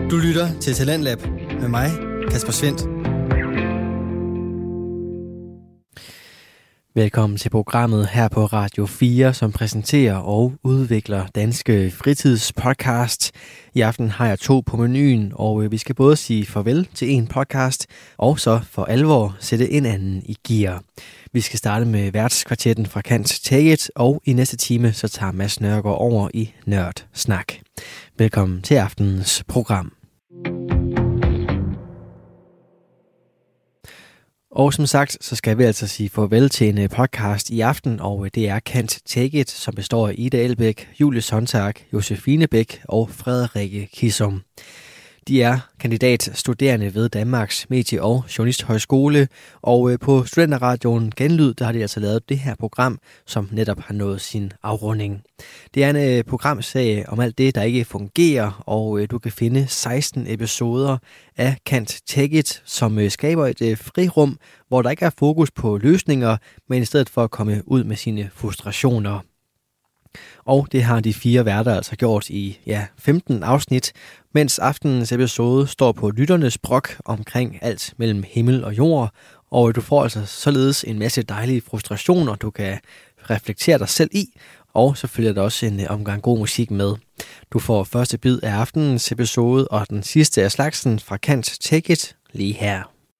Du lytter til Talentlab med mig, Kasper Svendt. Velkommen til programmet her på Radio 4, som præsenterer og udvikler danske fritidspodcast. I aften har jeg 2 på menuen, og vi skal både sige farvel til en podcast, og så for alvor sætte en anden i gear. Vi skal starte med værtskvartetten fra Can't Take It, og i næste time så tager Mads Nørgaard over i Nørd Snak. Velkommen til aftenens program. Og som sagt, så skal vi altså sige farvel til en podcast i aften, og det er Can't Take It, som består af Ida Elbæk, Julie Sontag, Josefine Bæk og Frederikke Kissum. De er kandidatstuderende ved Danmarks Medie- og Journalisthøjskole, og på Studenterradioen Genlyd, der har de altså lavet det her program, som netop har nået sin afrunding. Det er en programserie om alt det, der ikke fungerer, og du kan finde 16 episoder af Can't Take It, som skaber et frirum, hvor der ikke er fokus på løsninger, men i stedet for at komme ud med sine frustrationer. Og det har de 4 værter altså gjort i 15 afsnit, mens aftenens episode står på lytternes brok omkring alt mellem himmel og jord, og du får altså således en masse dejlige frustrationer, du kan reflektere dig selv i, og så følger der også en omgang god musik med. Du får første bid af aftenens episode, og den sidste af slagsen fra Can't Take It lige her.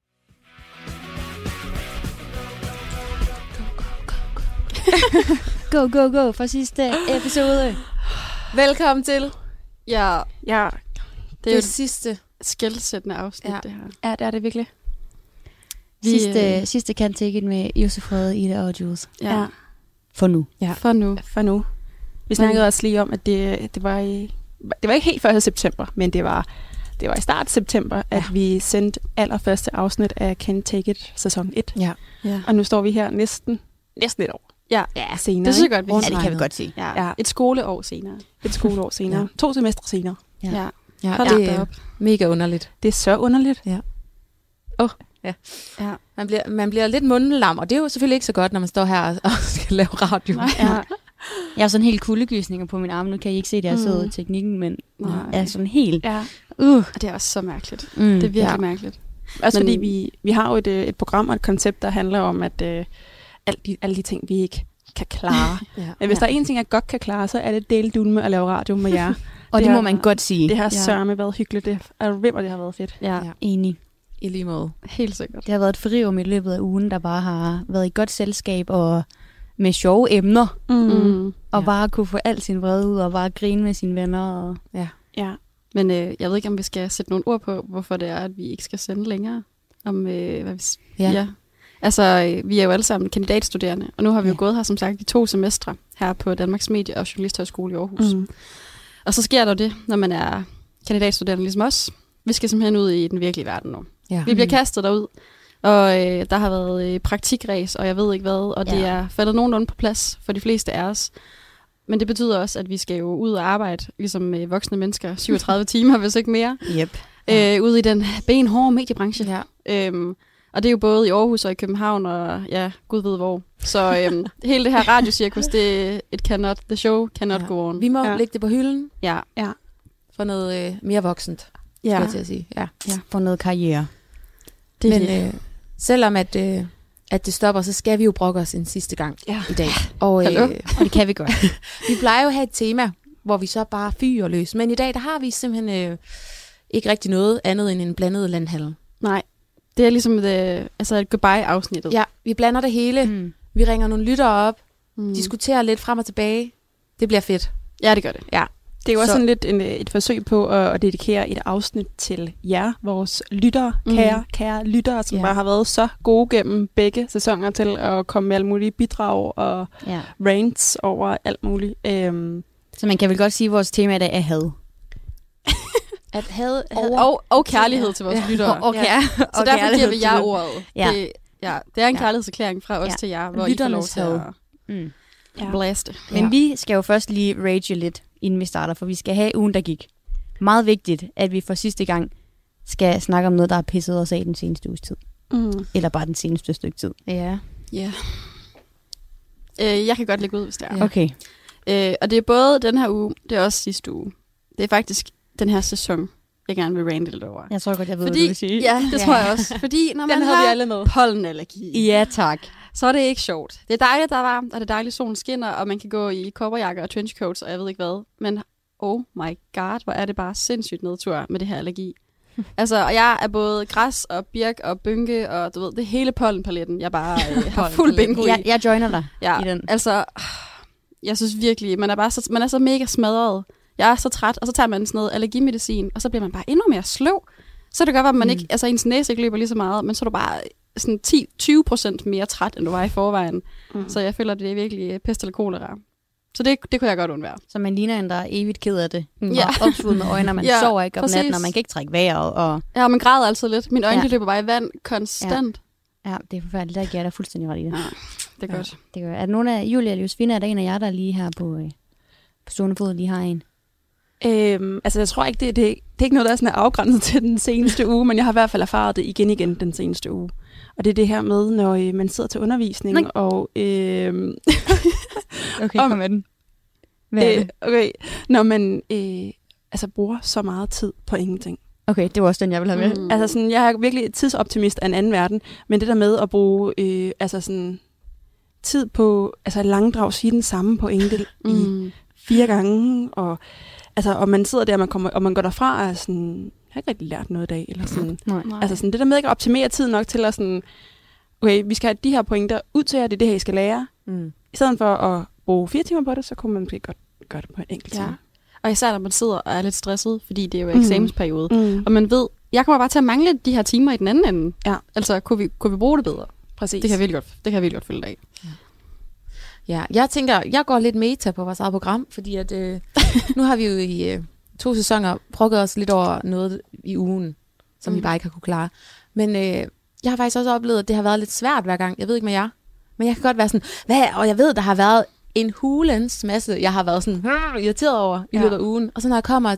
Go, go, go for sidste episode. Velkommen til. Ja. Det er jo det sidste skelsættende afsnit, det her. Ja, det er det virkelig. Sidste Can't Take It med Josef Frede, Ida og Jules. Ja. For nu. Ja. For nu. Vi snakkede også lige om, at det var ikke helt 1. september, men det var i start september, at vi sendte allerførste afsnit af Can't Take It sæson 1. Ja. Og nu står vi her næsten et år. Ja, senere. Det synes jeg godt, det kan vi godt sige. Ja. Et skoleår senere. 2 semestre senere. Ja. Det er mega underligt. Det er så underligt. Ja. Man bliver lidt mundelam, og det er jo selvfølgelig ikke så godt, når man står her og skal lave radio. Ja. Jeg har sådan helt kuldegysninger på min arme. Nu kan I ikke se det, jeg sidder i teknikken, men jeg er sådan helt... Ja. Og det er også så mærkeligt. Det er virkelig mærkeligt. Også fordi vi har jo et program og et koncept, der handler om, at alle de ting, vi ikke kan klare. Men hvis der er en ting, jeg godt kan klare, så er det deldulme at lave radio med jer. Og det må man godt sige. Det har sørme været hyggeligt. Det har været fedt. Ja, enig. I lige måde. Helt sikkert. Det har været et frirum i løbet af ugen, der bare har været i godt selskab og med sjove emner. Og bare kunne få al sin vrede ud og bare grine med sine venner. Og... Ja. Men jeg ved ikke, om vi skal sætte nogle ord på, hvorfor det er, at vi ikke skal sende længere. Altså, vi er jo alle sammen kandidatstuderende, og nu har vi jo gået her, som sagt, i 2 semestre her på Danmarks Medie- og Journalisthøjskole i Aarhus. Og så sker der det, når man er kandidatstuderende ligesom os. Vi skal simpelthen ud i den virkelige verden nu. Ja. Vi bliver kastet derud, og der har været praktikræs, og jeg ved ikke hvad, og det er faldet nogenlunde på plads for de fleste af os. Men det betyder også, at vi skal jo ud og arbejde, ligesom voksne mennesker, 37 timer, hvis ikke mere. Yep. Ude i den benhårde mediebranche. Ja. Og det er jo både i Aarhus og i København, og Gud ved hvor. Så hele det her radiocirkus, the show cannot go on. Vi må lægge det på hylden. Ja. For noget mere voksent, skal jeg til at sige. Ja. For noget karriere. Men selvom at det stopper, så skal vi jo brokke os en sidste gang i dag. Og det kan vi godt. Vi plejer jo at have et tema, hvor vi så bare fyrer løs. Men i dag, der har vi simpelthen ikke rigtig noget andet end en blandet landhandel. Nej. Det er ligesom et goodbye-afsnittet. Ja, vi blander det hele. Vi ringer nogle lyttere op, diskuterer lidt frem og tilbage. Det bliver fedt. Ja, det gør det. Ja. Det er jo også sådan lidt et forsøg på at dedikere et afsnit til jer, vores lyttere, kære lyttere, som bare har været så gode gennem begge sæsoner til at komme med alle mulige bidrag og rants over alt muligt. Så man kan vel godt sige, at vores tema i dag er had. At had og kærlighed til vores lyttere. Så derfor giver vi jer ordet. Det er en kærlighedserklæring fra os til jer, hvor I får lov til at blaste. Men vi skal jo først lige rage lidt, inden vi starter, for vi skal have ugen, der gik. Meget vigtigt, at vi for sidste gang skal snakke om noget, der har pisset os af den seneste uges tid. Eller bare den seneste stykke tid. Ja. Jeg kan godt lægge ud, hvis det er. Okay. Og det er både den her uge, det er også sidste uge. Det er faktisk den her sæson. jeg gerne vil rante lidt over. Jeg tror godt, jeg ved, hvad du vil sige. Ja, det tror jeg også. Fordi når man har pollenallergi, ja, tak. så er det ikke sjovt. Det er dejligt, der er varmt, og det er dejligt, solen skinner, og man kan gå i cowboyjakker og trenchcoats, og jeg ved ikke hvad. Men oh my god, hvor er det bare sindssygt nedtur med det her allergi. Altså, og jeg er både græs og birk og bynke, og du ved, det hele pollenpaletten, jeg bare har fuld bingo i. Jeg joiner dig i den. Altså, jeg synes virkelig, man er så mega smadret. Jeg er så træt, og så tager man sådan noget allergimedicin, og så bliver man bare endnu mere sløv. Så det gør, at man ikke, altså ens næse ikke løber lige så meget, men så er du bare sådan 10-20% mere træt, end du var i forvejen. Så jeg føler, at det er virkelig pest eller kolera. Så det kunne jeg godt undvære. Så man ligner en, der er evigt ked af det. Ja. Opsvulmet med øjne, og man sover ikke om natten, og man kan ikke trække vejret. Og... Ja, man græder altid lidt. Mine øjne løber bare i vand konstant. Ja, det er forfærdeligt. Der giver jeg dig fuldstændig ret i det. Ja, det er godt. Det gør. Er der nogen af Julia eller Josefine, er der en af jer, der lige her på stående fod lige har en? Altså, jeg tror ikke, det er ikke noget, der er sådan afgrænset til den seneste uge, men jeg har i hvert fald erfaret det igen den seneste uge. Og det er det her med, når man sidder til undervisning, og... Okay, kom med den. Hvad er det? Okay, når man altså bruger så meget tid på ingenting. Okay, det var også den, jeg ville have med. Altså sådan, jeg er virkelig tidsoptimist af en anden verden, men det der med at bruge altså sådan, tid på altså langdrag, sige den samme på enkel i 4 gange, og man sidder der, og man går derfra og er sådan, jeg har ikke rigtig lært noget i dag, eller sådan. Nej. Altså sådan, det der med ikke at optimere tid nok til at sådan, okay, vi skal have de her pointer ud til jer, det er det her, I skal lære. I stedet for at bruge 4 timer på det, så kunne man måske godt gøre det på en enkelt time. Og især når man sidder og er lidt stresset, fordi det er jo eksamensperiode. Og man ved, jeg kommer bare til at mangle de her timer i den anden ende. Ja. Altså, kunne vi bruge det bedre? Præcis. Det kan jeg virkelig godt følge af. Ja, jeg tænker, jeg går lidt meta på vores eget program, fordi at nu har vi jo i 2 sæsoner prøvet os lidt over noget i ugen, som vi bare ikke har kunne klare. Men jeg har faktisk også oplevet, at det har været lidt svært hver gang. Jeg ved ikke med jer, men jeg kan godt være sådan, og jeg ved, der har været en hulens masse, jeg har været sådan irriteret over i løbet af ugen. Og så når jeg kommer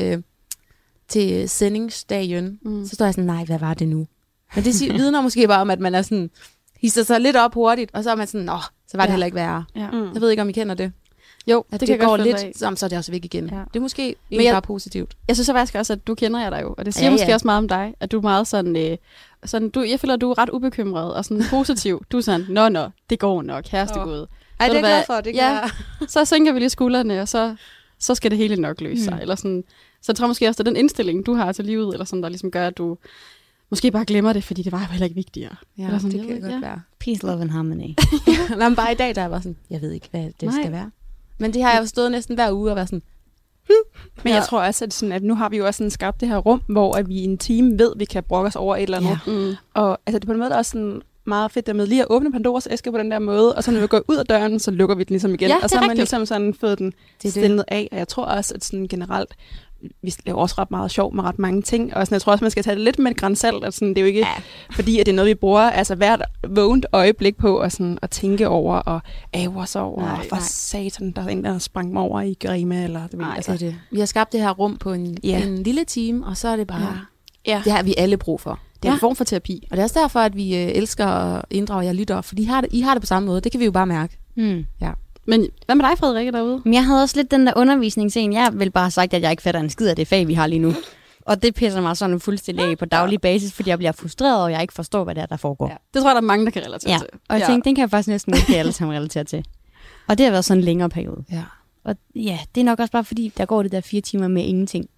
til sendingsdagen, så står jeg sådan, nej, hvad var det nu? Men det vidner måske bare om, at man er sådan, hisser sig lidt op hurtigt, og så er man sådan, så var det heller ikke værre. Ja. Jeg ved ikke, om I kender det. Jo, det går lidt, så er det også væk igen. Ja. Det er måske egentlig bare positivt. Jeg synes faktisk også, at du kender jeg dig jo, og det siger måske også meget om dig, at du er meget sådan, jeg føler, at du er ret ubekymret og sådan positiv. Du er sådan, nå, det går nok, herrestegud. Ej, det er glad for, det kan være. Så sænker vi lige skuldrene, og så skal det hele nok løse sig. Eller sådan. Så jeg tror måske også, at den indstilling, du har til livet, eller sådan, der ligesom gør, at du måske bare glemmer det, fordi det var jo heller ikke vigtigere. Ja, eller sådan, det kan godt være. Peace, love and harmony. Men bare i dag, der er bare sådan, jeg ved ikke, hvad det skal være. Men det har jeg jo stået næsten hver uge og været sådan, Men jeg tror også, at nu har vi jo også sådan skabt det her rum, hvor at vi i en team ved, at vi kan brokke os over et eller andet. Og altså, det er på en måde også sådan meget fedt der med lige at åbne Pandoras æske på den der måde, og så når vi går ud af døren, så lukker vi den ligesom igen. Og så har man ligesom sådan fået den stillet af. Og jeg tror også, at sådan generelt, vi laver også ret meget sjov med ret mange ting, og sådan, jeg tror også, man skal tage det lidt med et gran salt, at sådan, det er jo ikke fordi, at det er noget, vi bruger altså hvert vågent øjeblik på, og sådan, at tænke over, og ære os over, og for satan, der er en, der sprang mig over i Grima, eller det ved altså. Det. Vi har skabt det her rum på en lille time, og så er det bare, det har vi alle brug for. Det er en form for terapi. Og det er også derfor, at vi elsker at inddrage jer lyttere, fordi I har det på samme måde, det kan vi jo bare mærke. Ja. Men hvad med dig, Frederikke, derude? Men jeg havde også lidt den der undervisningsscene. Jeg vil bare sagt, at jeg ikke fatter en skid af det fag, vi har lige nu. Og det pisser mig sådan fuldstændig af på daglig basis, fordi jeg bliver frustreret, og jeg ikke forstår, hvad det er, der foregår. Ja. Det tror jeg, der er mange, der kan relatere til. Og jeg tænkte, den kan jeg faktisk næsten ikke alle sammen relatere til. Og det har været sådan en længere periode. Ja. Og ja, det er nok også bare, fordi der går det der 4 timer med ingenting.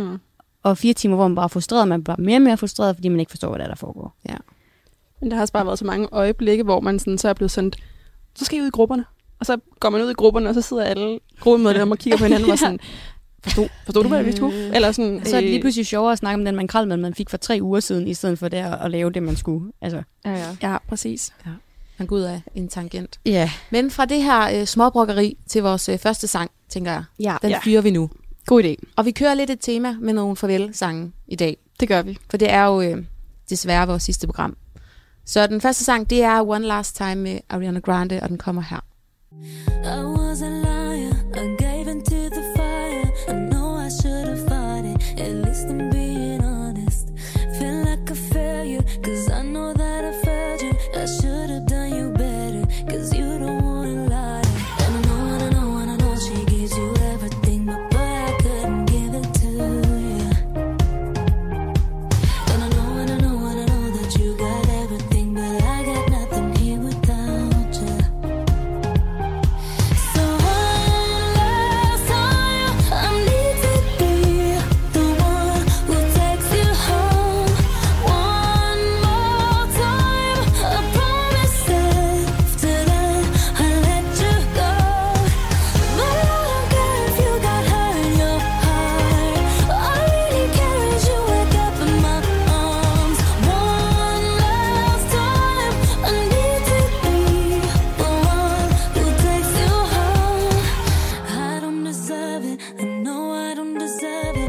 Og 4 timer, hvor man bare er frustreret, man bliver mere og mere frustreret, fordi man ikke forstår, hvad det er, der foregår. Ja. Men der har også bare været så mange øjeblikke, hvor man sådan, så er blevet sendt, så skal I ud i grupperne. Og så går man ud i grupperne, og så sidder alle gruppemedlemmer og kigger på hinanden og sådan, forstod du, hvad vi skulle? Eller sådan, så er det lige pludselig sjovere at snakke om den makrelmad, man fik for 3 uger siden, i stedet for det at lave det, man skulle. Altså. Ja, præcis. Ja. Man går ud af en tangent. Ja. Men fra det her småbrokkeri til vores første sang, tænker jeg, den fyrer vi nu. God idé. Og vi kører lidt et tema med nogle farvel-sange i dag. Det gør vi. For det er jo desværre vores sidste program. Så den første sang, det er One Last Time med Ariana Grande, og den kommer her. I was a liar, I gave into the fire. I know I should have fought it, at least I'm being honest. Feel like a failure, cause I know that I failed you. I should have done you better, cause you don't wanna lie. And I know she gives you everything, but boy, I couldn't give it to you.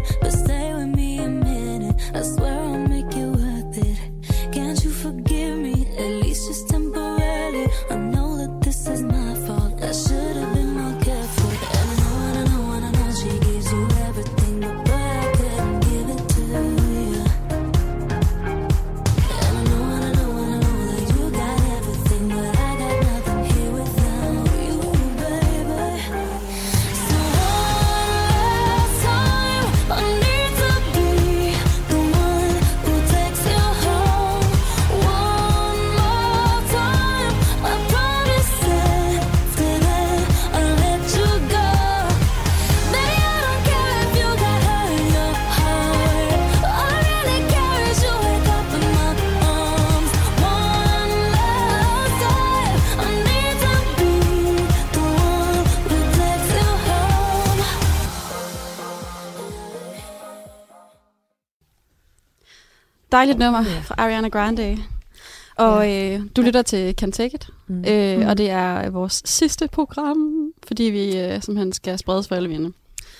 it, but stay with me a minute. I swear I'll make it worth it. Can't you forgive me, at least just temporarily? I know that this is my fault, I should have been more careful. And I know she gives you everything, but boy, I couldn't give it to you. And I know that you got everything, but I got nothing here without you, baby. So one last time, I need to be the one who takes you home. One more time, I promise that after that I'll let you go. Baby, I don't care if you got hurt in your heart. All I really care is you wake up in my arms. One last time, I need to be the one who takes you home. Dejligt nummer fra Ariana Grande. Og du lytter til Can't Take It. Og det er vores sidste program, fordi vi simpelthen skal spredes for alle vinde.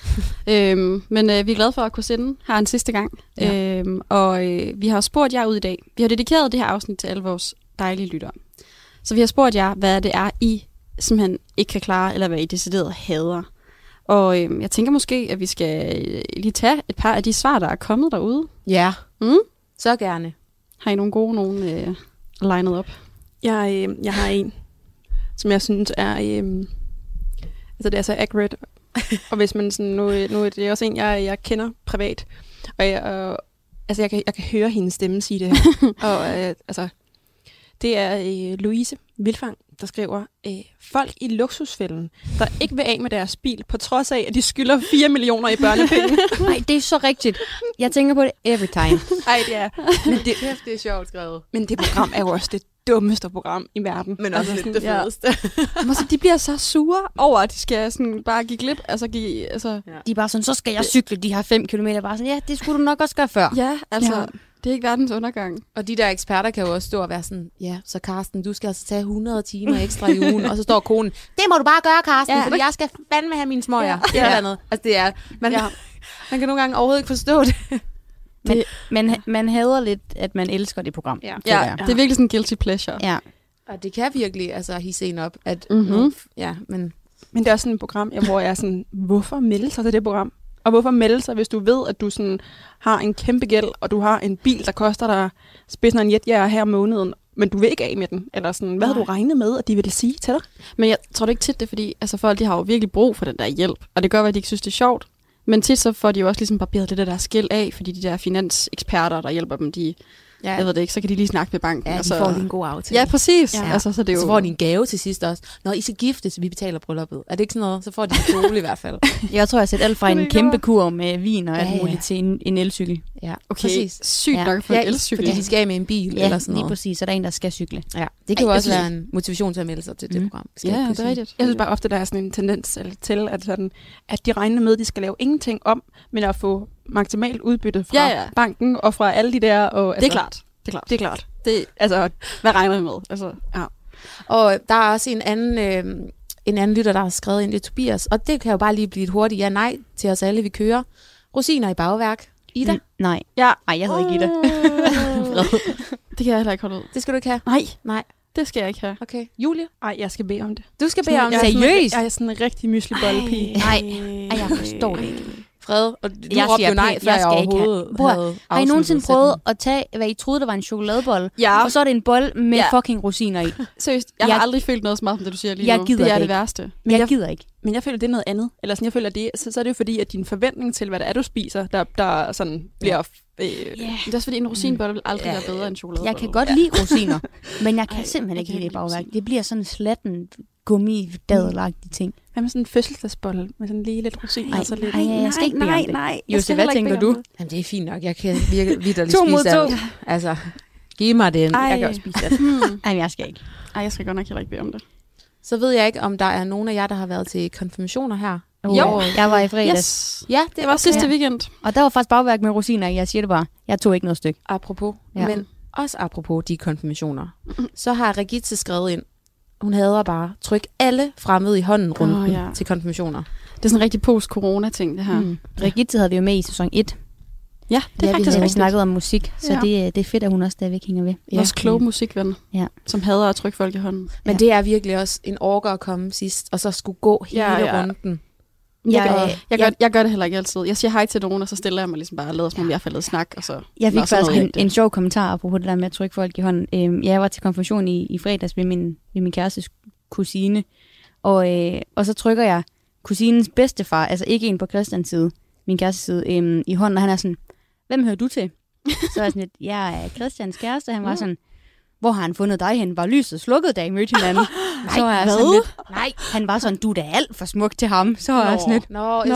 Men vi er glade for at kunne sende her en sidste gang. Ja. Vi har spurgt jer ud i dag. Vi har dedikeret det her afsnit til alle vores dejlige lyttere. Så vi har spurgt jer, hvad det er, I simpelthen ikke kan klare, eller hvad I decideret hader. Og jeg tænker måske, at vi skal lige tage et par af de svar, der er kommet derude. Ja, Mm? så gerne. Har I nogle gode lined op? Jeg har en, som jeg synes er... altså, det er så accurate. Og hvis man sådan... Nu er det også en, jeg kender privat. Og jeg kan høre hendes stemme sige det her. Og altså... Det er Louise Vilfang, der skriver, folk i luksusfælden, der ikke vil af med deres bil, på trods af, at de skylder 4 millioner i børnepenge. Nej, det er så rigtigt. Jeg tænker på det every time. Ej, det er... Men Det er sjovt skrevet. men det program er jo også det dummeste program i verden. Men også lidt det fedeste. Altså, de bliver så sure over, at de skal sådan bare give glip. Altså, De er bare sådan, så skal jeg cykle de her 5 kilometer. Bare sådan, ja, det skulle du nok også gøre før. ja, altså, det er ikke verdens undergang. Og de der eksperter kan jo også stå og være sådan, ja, så Karsten, du skal altså tage 100 timer ekstra i ugen. Og så står konen, det må du bare gøre, Karsten, fordi jeg skal fandme have mine smøger. Ja. Eller andet. Altså det er, man kan nogle gange overhovedet ikke forstå det. Man hader lidt, at man elsker det program. Ja. Ja, det er virkelig sådan en guilty pleasure. Ja. Og det kan virkelig altså hisse en op. At, men Men det er også sådan et program, hvor jeg er sådan, hvorfor melde sig til det program? Og hvorfor melde sig, hvis du ved, at du sådan har en kæmpe gæld, og du har en bil, der koster dig spidsen af en jetjager her om måneden, men du vil ikke af med den? Eller sådan, hvad havde du regnet med, at de ville sige til dig? Men jeg tror det ikke tit, det er fordi, altså folk de har jo virkelig brug for den der hjælp. Og det gør, at de ikke synes, det er sjovt. Men tit så får de jo også ligesom barberet det der skæld af, fordi de der finanseksperter, der hjælper dem, jeg ved det ikke, så kan de lige snakke med banken. ja, og de så får lige en god aftale. Ja, præcis. Ja. Altså, så det er jo... Så får de en gave til sidst også. Når I skal giftes, vi betaler brylluppet. Er det ikke sådan noget? Så får de en kjole i hvert fald. Jeg tror, jeg har set alt fra en kæmpe kur med vin og alt Ja, ja. muligt til en elcykel. Ja, Okay, præcis. sygt nok for en elcykel. Fordi de skal af med en bil eller sådan lige noget. præcis. Så er der en, der skal cykle. Ja, det kan jo Ej, også jeg være en motivation til at melde sig til det program. Skal Ja, jeg ikke det er kunne rigtigt. Jeg synes bare ofte, der er sådan en tendens til, at de regner med, at de skal lave ingenting om, men at få maksimalt udbytte fra banken og fra alle de der. Og, Det er klart. Det er klart. Det, Altså, hvad regner vi med? Altså, ja. Og der er også en anden lytter, der har skrevet ind, det er Tobias. Og det kan jo bare lige blive et hurtigt ja-nej til os alle, vi kører. Rosiner i bagværk. Ida? Nej. Ja. Ej, jeg hedder ikke Ida. det kan jeg heller ikke holde ud. Det skal du ikke have. Nej, det skal jeg ikke have. Okay. Julie? Ej, jeg skal bede om det. Du skal bede om Jeg det. er sådan- Seriøst? Jeg er sådan en rigtig myslibollepige. Nej, jeg forstår det ikke. Fred, og du Jeg råbte siger jo nej, pænt, før jeg jeg skal ikke overhovedet have. havde Har I nogensinde afsluttet prøvet sætningen. at tage, hvad I troede, der var en chokoladebolle, Ja. og så er det en bold med Ja. fucking rosiner i? Seriøst, jeg Jeg- har aldrig følt noget så meget, som det du siger lige Jeg nu. gider det er det det ikke. værste. Men jeg gider ikke. Men jeg føler, det er noget andet. Eller sådan, jeg føler, det så er det jo fordi, at din forventning til, hvad det er, du spiser, der sådan bliver... Det er også fordi, en rosinbolle vil aldrig være bedre end chokolade. Jeg kan godt lide rosiner, men jeg kan simpelthen ikke lide det i bagværk. Det bliver sådan en slatten gummi-dadelagtig ting. Hvad med sådan en fødselsdagsbolle med sådan lige lidt rosiner? og så lidt... jeg skal ikke bede om det. nej. Jose, hvad tænker du? Jamen, det er fint nok. Jeg kan virkelig 2 mod spise 2. alt. Altså, giv mig den. Ej. Jeg kan også spise det. Nej, jeg skal ikke. Ej, jeg skal godt nok heller ikke bede om det. Så ved jeg ikke, om der er nogen af jer, der har været til konfirmationer her. Jo, jeg var i fredags. Yes. Ja, Det var sidste weekend. Og der var faktisk bagværk med rosiner i. Jeg siger det bare. Jeg tog ikke noget stykke. Apropos. Ja. Men også apropos de konfirmationer. Så har Regitze skrevet ind. Hun hader bare tryk alle fremmede i hånden rundt ja. til konfirmationer. Det er sådan en rigtig post-corona-ting, det her. Brigitte havde vi jo med i sæson 1. Ja, det er faktisk vi rigtigt. snakket om musik, så det er fedt, at hun også stadigvæk hænger ved. Vores kloge musikven, Ja. som hader at trykke folk i hånden. Men det er virkelig også en orker at komme sidst, og så skulle gå hele runden. Jeg gør det heller ikke altid. Jeg siger hej til nogen, og så stiller jeg mig ligesom bare og lader som om jeg er faldet snak. Og så jeg fik faktisk en sjov kommentar apropos det der med at trykke folk i hånden. Jeg var til konfirmation i fredags ved min kærestes kusine, og så trykker jeg kusinens bedstefar, altså ikke en på Christians side, min kærestes side, i hånden, og han er sådan, hvem hører du til? Så er jeg sådan lidt, jeg er Christians kæreste, han var sådan, hvor har han fundet dig hen? Var lyset slukket, da I mødte hinanden? Så er jeg sådan lidt, nej, han var sådan, du er da alt for smuk til ham. Så er jeg sådan lidt,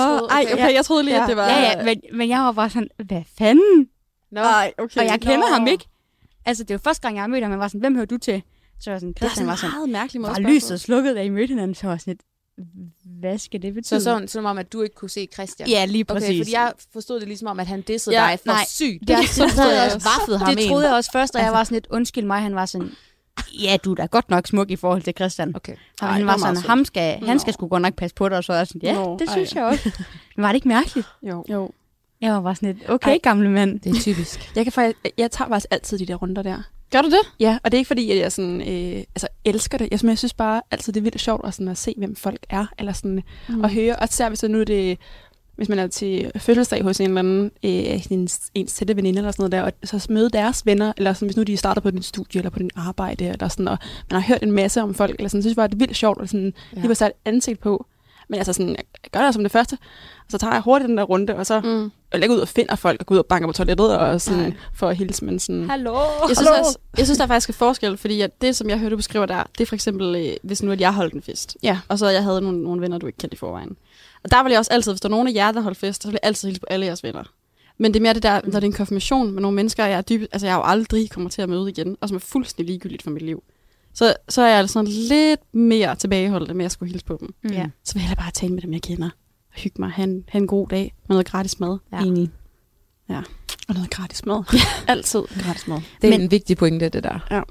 jeg troede lige, at det var... Ja, men jeg var bare sådan, hvad fanden? Okay. Og jeg kender ham ikke. Altså, det var første gang, jeg mødte ham, han var sådan, hvem hører du til? Så var sådan, Christian var sådan, meget mærkelig måde. var lyset slukket, da I mødte hinanden? Så var sådan lidt, hvad skal det betyde? Så sådan som om, at du ikke kunne se Christian? Ja, lige præcis. Okay, fordi jeg forstod det ligesom om, at han dissede dig for sygt. Det troede jeg også vaffede ham. Det troede jeg også først, og jeg var sådan lidt, undskyld mig, han var sådan, ja, du er da godt nok smuk i forhold til Christian. Okay. Og han var sådan, han skal sgu godt nok passe på dig, og så er jeg sådan, ja, det synes jeg også. Men var det ikke mærkeligt? Jo. Jeg var bare sådan lidt, okay, gamle mand. Det er typisk. Jeg tager faktisk altid de der runder der. Gør du det? Ja, og det er ikke fordi, at jeg sådan, elsker det. Jeg synes bare altid, det er vildt sjovt at se, hvem folk er, eller sådan at høre. Og især hvis man er til fødselsdag hos en eller anden, ens tætte veninde eller sådan noget der, og så møde deres venner, eller sådan, hvis nu de starter på din studie, eller på din arbejde, eller sådan, og man har hørt en masse om folk, eller sådan, så synes jeg bare, det er vildt sjovt, og sådan, lige var sat et ansigt på. Men altså sådan, jeg gør det som det første, og så tager jeg hurtigt den der runde, og så lægger ud og finder folk, og går ud og banker på toilettet, og sådan, for at hilse, men sådan... Hallo! Jeg synes, der er faktisk et forskel, fordi at det, som jeg hørte, du beskriver der, det er for eksempel, hvis nu at jeg holdt en fest, og så jeg havde nogle venner, du ikke kendte i forvejen. Og der vil jeg også altid, hvis der er nogen af jer, der holdt fest, så vil jeg altid hilse på alle jeres venner. Men det er mere det der, når det er en konfirmation med nogle mennesker, jeg jo aldrig kommer til at møde igen, og som er fuldstændig ligegyldigt for mit liv. Så er jeg sådan lidt mere tilbageholdt med at skulle hilse på dem. Ja. Så vil jeg bare tale med dem, jeg kender. Og hygge mig. Ha' en god dag med noget gratis mad. Ja. Enig. Ja. Og noget gratis mad. Altid gratis mad. Det er en vigtig pointe, det der. Ja.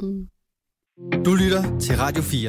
Du lytter til Radio 4.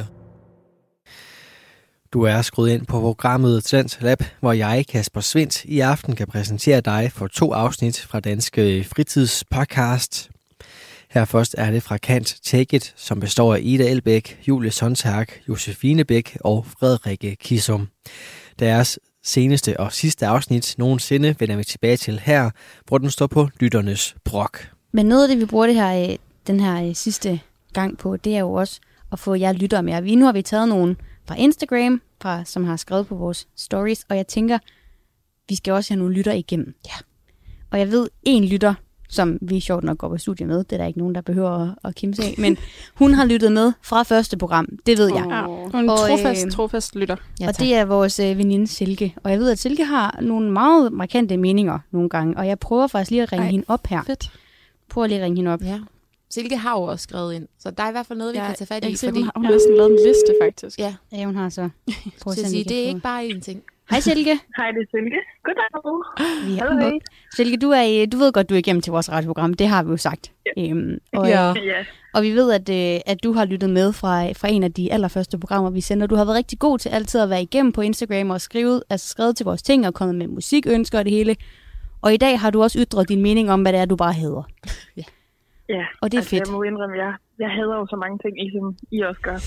Du er skruet ind på programmet Talent Lab, hvor jeg, Kasper Svindt, i aften kan præsentere dig for 2 afsnit fra Danske Fritidspodcast. Her først er det fra Can't Take It, som består af Ida Elbæk, Julie Sonntag, Josefine Bæk og Frederikke Kissum. Deres seneste og sidste afsnit nogensinde vender vi tilbage til her, hvor den står på lytternes brok. Men noget af det, vi bruger den her sidste gang på, det er jo også at få jer lyttere med. Nu har vi taget nogen fra Instagram, som har skrevet på vores stories, og jeg tænker, vi skal også have nogle lytter igennem. Ja. Og jeg ved, en lytter, som vi sjovt nok går på studie med, det er der ikke nogen, der behøver at kimse af, men hun har lyttet med fra første program, det ved jeg. Hun er en trofast lytter. Ja, og det er vores veninde Silke, og jeg ved, at Silke har nogle meget markante meninger nogle gange, og jeg prøver faktisk lige at ringe hende op her. Fedt. Prøv lige at ringe hende op. Ja. Silke har jo også skrevet ind, så der er i hvert fald noget, vi kan tage fat i. Fordi hun har næsten lavet en liste, faktisk. Ja, hun har så. Prøv at sige, det er ikke bare én ting. Hej Silke. Hej, det er Silke. Goddag. Hallo. Silke, du ved godt, du er igennem til vores radioprogram. Det har vi jo sagt. Og vi ved, at du har lyttet med fra en af de allerførste programmer, vi sender. Du har været rigtig god til altid at være igennem på Instagram og skrevet til vores ting og kommet med musikønsker og det hele. Og i dag har du også ytret din mening om, hvad det er, du bare hader. Ja, og det er fedt. Jeg må indrømme, jeg hader jo så mange ting, ligesom I også gør.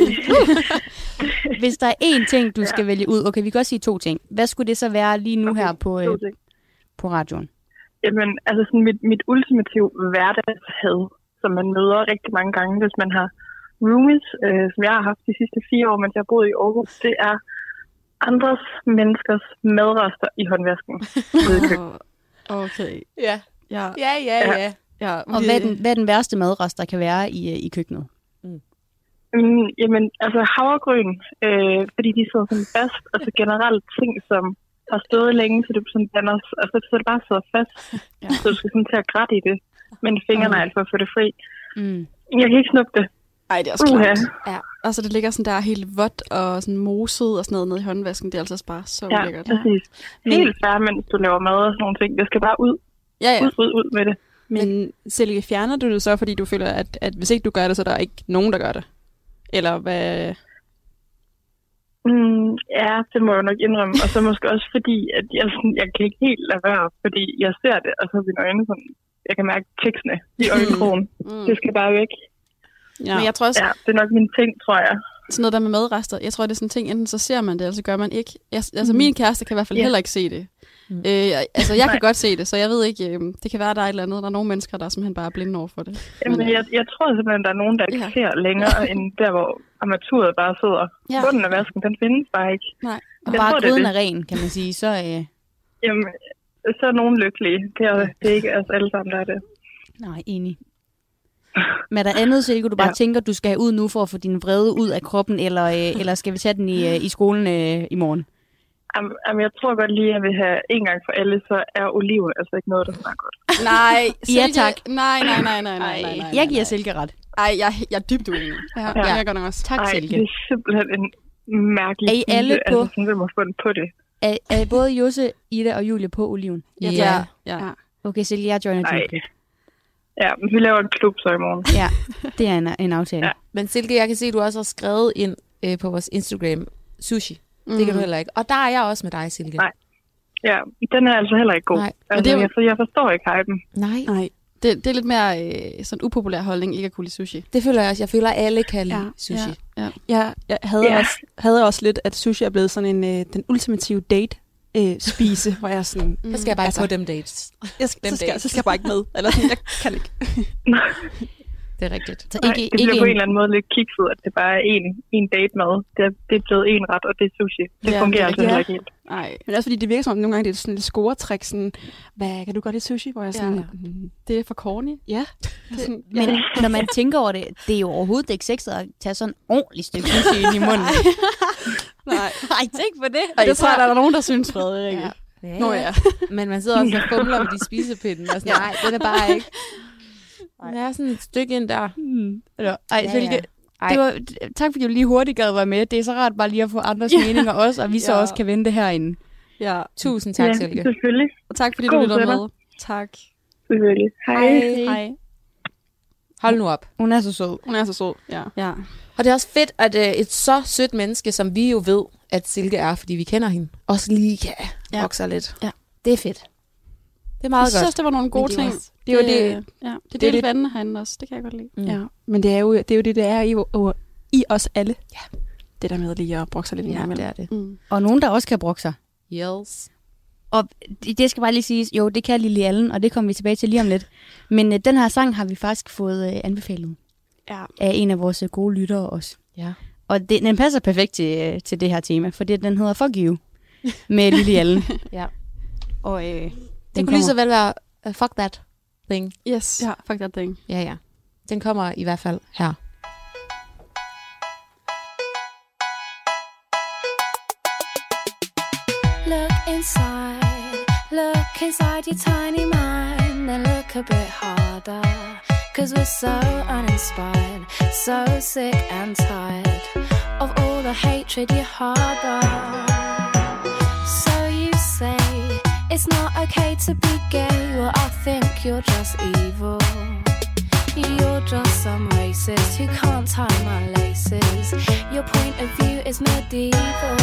Hvis der er én ting, du skal vælge ud, okay, vi kan også sige 2 ting. Hvad skulle det så være lige nu her på radioen? Jamen, altså sådan mit ultimative hverdagshad, som man møder rigtig mange gange, hvis man har roomies, som jeg har haft de sidste 4 år, mens jeg har boet i Aarhus, det er andres menneskers madrester i håndvasken. Okay. Ja. Og hvad er den værste madrest, der kan være i køkkenet? Jamen, altså havregryn, fordi de sidder sådan fast, og så generelt ting, som har stået længe, så det sådan danner, og så det bare sidder fast, så du skal sådan til at grætte i det, men fingrene er for at få det fri. Jeg kan ikke snuppe det. Ej, det er også klart. Ja. Altså, det ligger sådan der helt vådt og sådan moset og sådan noget nede i håndvasken. Det er altså bare så lækkert. Ja, præcis. Helt færre, mens du laver mad og sådan nogle ting. Det skal bare ud. Ja. Ud med det. Men Silke, fjerner du det så, fordi du føler, at hvis ikke du gør det, så er der ikke nogen, der gør det? Eller hvad? Ja, det må jeg nok indrømme. Og så måske også fordi, at jeg kan ikke helt lade være, fordi jeg ser det, og så er mine øjne sådan, jeg kan mærke tekstene i øjenkrogen. Det skal bare væk. Ja. Men jeg tror også, det er nok min ting, tror jeg. Sådan noget der med madrester, jeg tror, det er sådan en ting, enten så ser man det, eller så gør man ikke. Min kæreste kan i hvert fald heller ikke se det. Jeg kan godt se det, så jeg ved ikke, det kan være, der er et eller andet. Der er nogle mennesker, der simpelthen bare er blinde over for det. Jamen, jeg tror simpelthen, der er nogen, der ikke ser længere, end der, hvor armaturet bare sidder. Ja. Bunden af vasken, den findes bare ikke. Nej. Og bare gryden er ren, kan man sige. Så, Jamen, så er nogen lykkelige. Det er ikke os alle sammen, der er det. Nej, enig. Men er der andet, Silke, du bare tænker, du skal have ud nu for at få din vrede ud af kroppen, eller skal vi tage den i skolen i morgen? Jamen, jeg tror godt lige, at jeg vil have en gang for alle, så er oliven altså ikke noget, der smager godt. Nej, Silke, ja tak. Nej. Jeg giver Silke ret. Ej, jeg er dybt uenig. Ja. Jeg gør nok også. Tak, Silke. Det er simpelthen en mærkelig spise, altså sådan vil man få den på det. Er både Josse, Ida og Julie på oliven? Ja. Okay, Silke, jeg joiner din. Ja, vi laver en klub så i morgen. Ja, det er en aftale. Ja. Men Silke, jeg kan se, at du også har skrevet ind på vores Instagram, sushi. Det kan du heller ikke. Og der er jeg også med dig, Silke. Nej. Ja, den er altså heller ikke god. Nej. Altså, jeg forstår ikke hypen. Nej. Det er lidt mere sådan upopulær holdning, ikke at kunne lide sushi. Det føler jeg også. Jeg føler, at alle kan lide sushi. Jeg havde også lidt, at sushi er blevet sådan den ultimative date spise, hvor jeg sådan... Så skal jeg bare på dem dates. Så skal jeg bare ikke med. Eller sådan, jeg kan ikke. Det er rigtigt. Så det bliver på en eller anden måde lidt kikset, at det bare er en date mad. Det er blevet en ret, og det er sushi. Det fungerer altså heller ikke helt. Nej, men også fordi det virker som om, nogle gange det er sådan lidt scoretræk, sådan, hvad kan du godt lide sushi? Hvor jeg sådan, det er for corny. Ja. Sådan, men når man tænker over det, det er jo overhovedet ikke sexet at tage sådan en ordentlig stykke sushi ind i munden. Nej, tænk på det. Og jeg tror, der er nogen, der synes, Frederik. Ja. Nå ja. Men man sidder også og fumler med de spisepinden, og sådan, nej, den er bare ikke. Der er sådan et stykke ind der. Silke, det var, tak fordi du lige hurtigt gad være med. Det er så rart bare lige at få andres meninger også, og vi så også kan vente det herinde. Ja. Tusind tak, Silke. Selvfølgelig. Og tak fordi du lytter med. Tak. Selvfølgelig. Hej. Hold nu op. Hun er så sød. Hun er så sød, ja. Og det er også fedt, at et så sødt menneske, som vi jo ved, at Silke er, fordi vi kender hende, også lige kan vokse sig lidt. Ja. Det er fedt. Det er meget godt. Jeg synes, det var nogle gode ting. Det er jo det. Ja, det er lidt vandene herinde også. Det kan jeg godt lide. Ja, men det er jo det er i os alle. Ja. Det der med lige at brokke sig lidt. Ja, det er det. Og nogen, der også kan brokke sig. Yes. Og det skal bare lige siges, jo, det kan Lille Allen, og det kommer vi tilbage til lige om lidt. Men den her sang har vi faktisk fået anbefalet af en af vores gode lyttere også. Ja. Og den passer perfekt til det her tema, fordi den hedder Fuck You med Lille Allen. Ja. Og det kunne lige så vel være Fuck That Thing. Yes, ja, Fuck That Thing. Ja. Den kommer i hvert fald her. Look inside your tiny mind and look a bit harder. 'Cause we're so uninspired, so sick and tired of all the hatred you harbor. So you say it's not okay to be gay. Well, I think you're just evil. You're just some racist who can't tie my laces. Your point of view is medieval.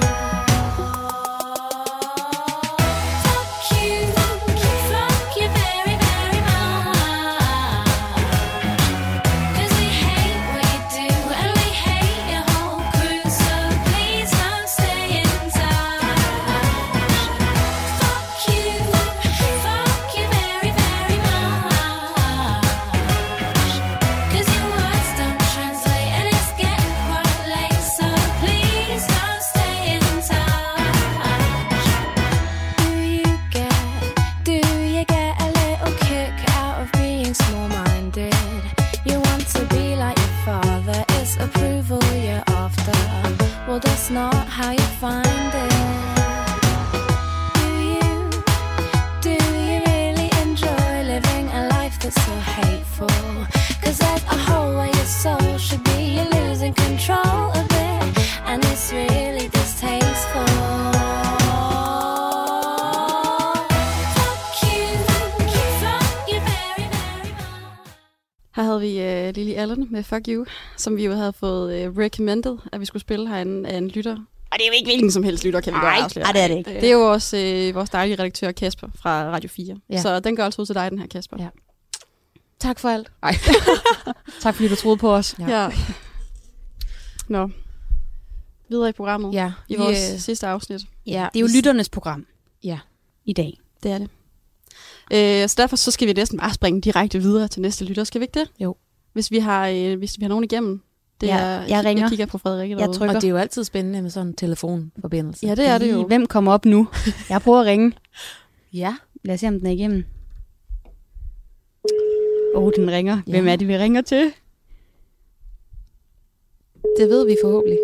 Well, that's not how you find it. Do you really enjoy living a life that's so hateful? 'Cause there's a hole where your soul should be. You're losing control of it, and it's really distasteful. Her havde vi Lily Allen med Fuck You, som vi jo havde fået recommended, at vi skulle spille herinde af en lytter. Og det er jo ikke hvilken som helst lytter, kan vi godt afsløre. Nej, det er det ikke. Det er jo også vores dejlige redaktør Kasper fra Radio 4. Ja. Så den går altså ud til dig, den her Kasper. Ja. Tak for alt. Ej. Tak fordi du troede på os. Ja. Nå. Videre i programmet. Ja, I vores sidste afsnit. Ja, det er jo lytternes program. Ja. I dag. Det er det. Så derfor så skal vi næsten bare springe direkte videre til næste lytter. Skal vi ikke det? Jo. Hvis vi har nogen igennem. Det Ja, er, jeg ringer. Jeg kigger på Frederikke Jeg derude. trykker. Og det er jo altid spændende med sådan en telefonforbindelse. Ja, det er det jo. Hvem kommer op nu? Jeg prøver at ringe. Ja. Lad os se, om den er igennem. Den ringer. Ja. Hvem er det, vi ringer til? Det ved vi forhåbentlig.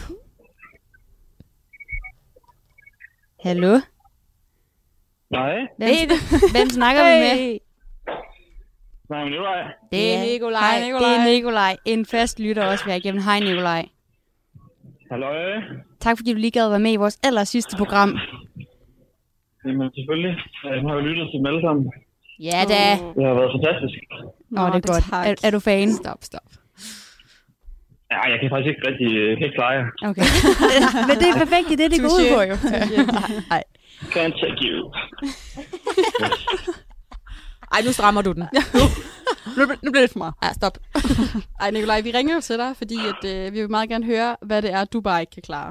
Hallo? Nej, Hvem snakker vi med? nej, men Nikolaj. Det er Nikolaj. Det er Nikolaj. En fast lytter også, vi har igennem. Hej Nikolaj. Hallo. Tak fordi du lige gad at være med i vores allersidste program. Jamen selvfølgelig. Jeg har jo lyttet til dem alle sammen. Ja da. Det har været fantastisk. Nå, det er godt. Er du fan? Stop. Ja, jeg kan faktisk ikke rigtig klare jer. Okay. Men det er perfekt, det er det går ud på jo. Nej. Can't take you. Ej, nu strammer du den. Nu bliver det for meget. Ja, stop. Ej, Nikolaj, vi ringer jo til dig, fordi at, vi vil meget gerne høre, hvad det er, du bare ikke kan klare.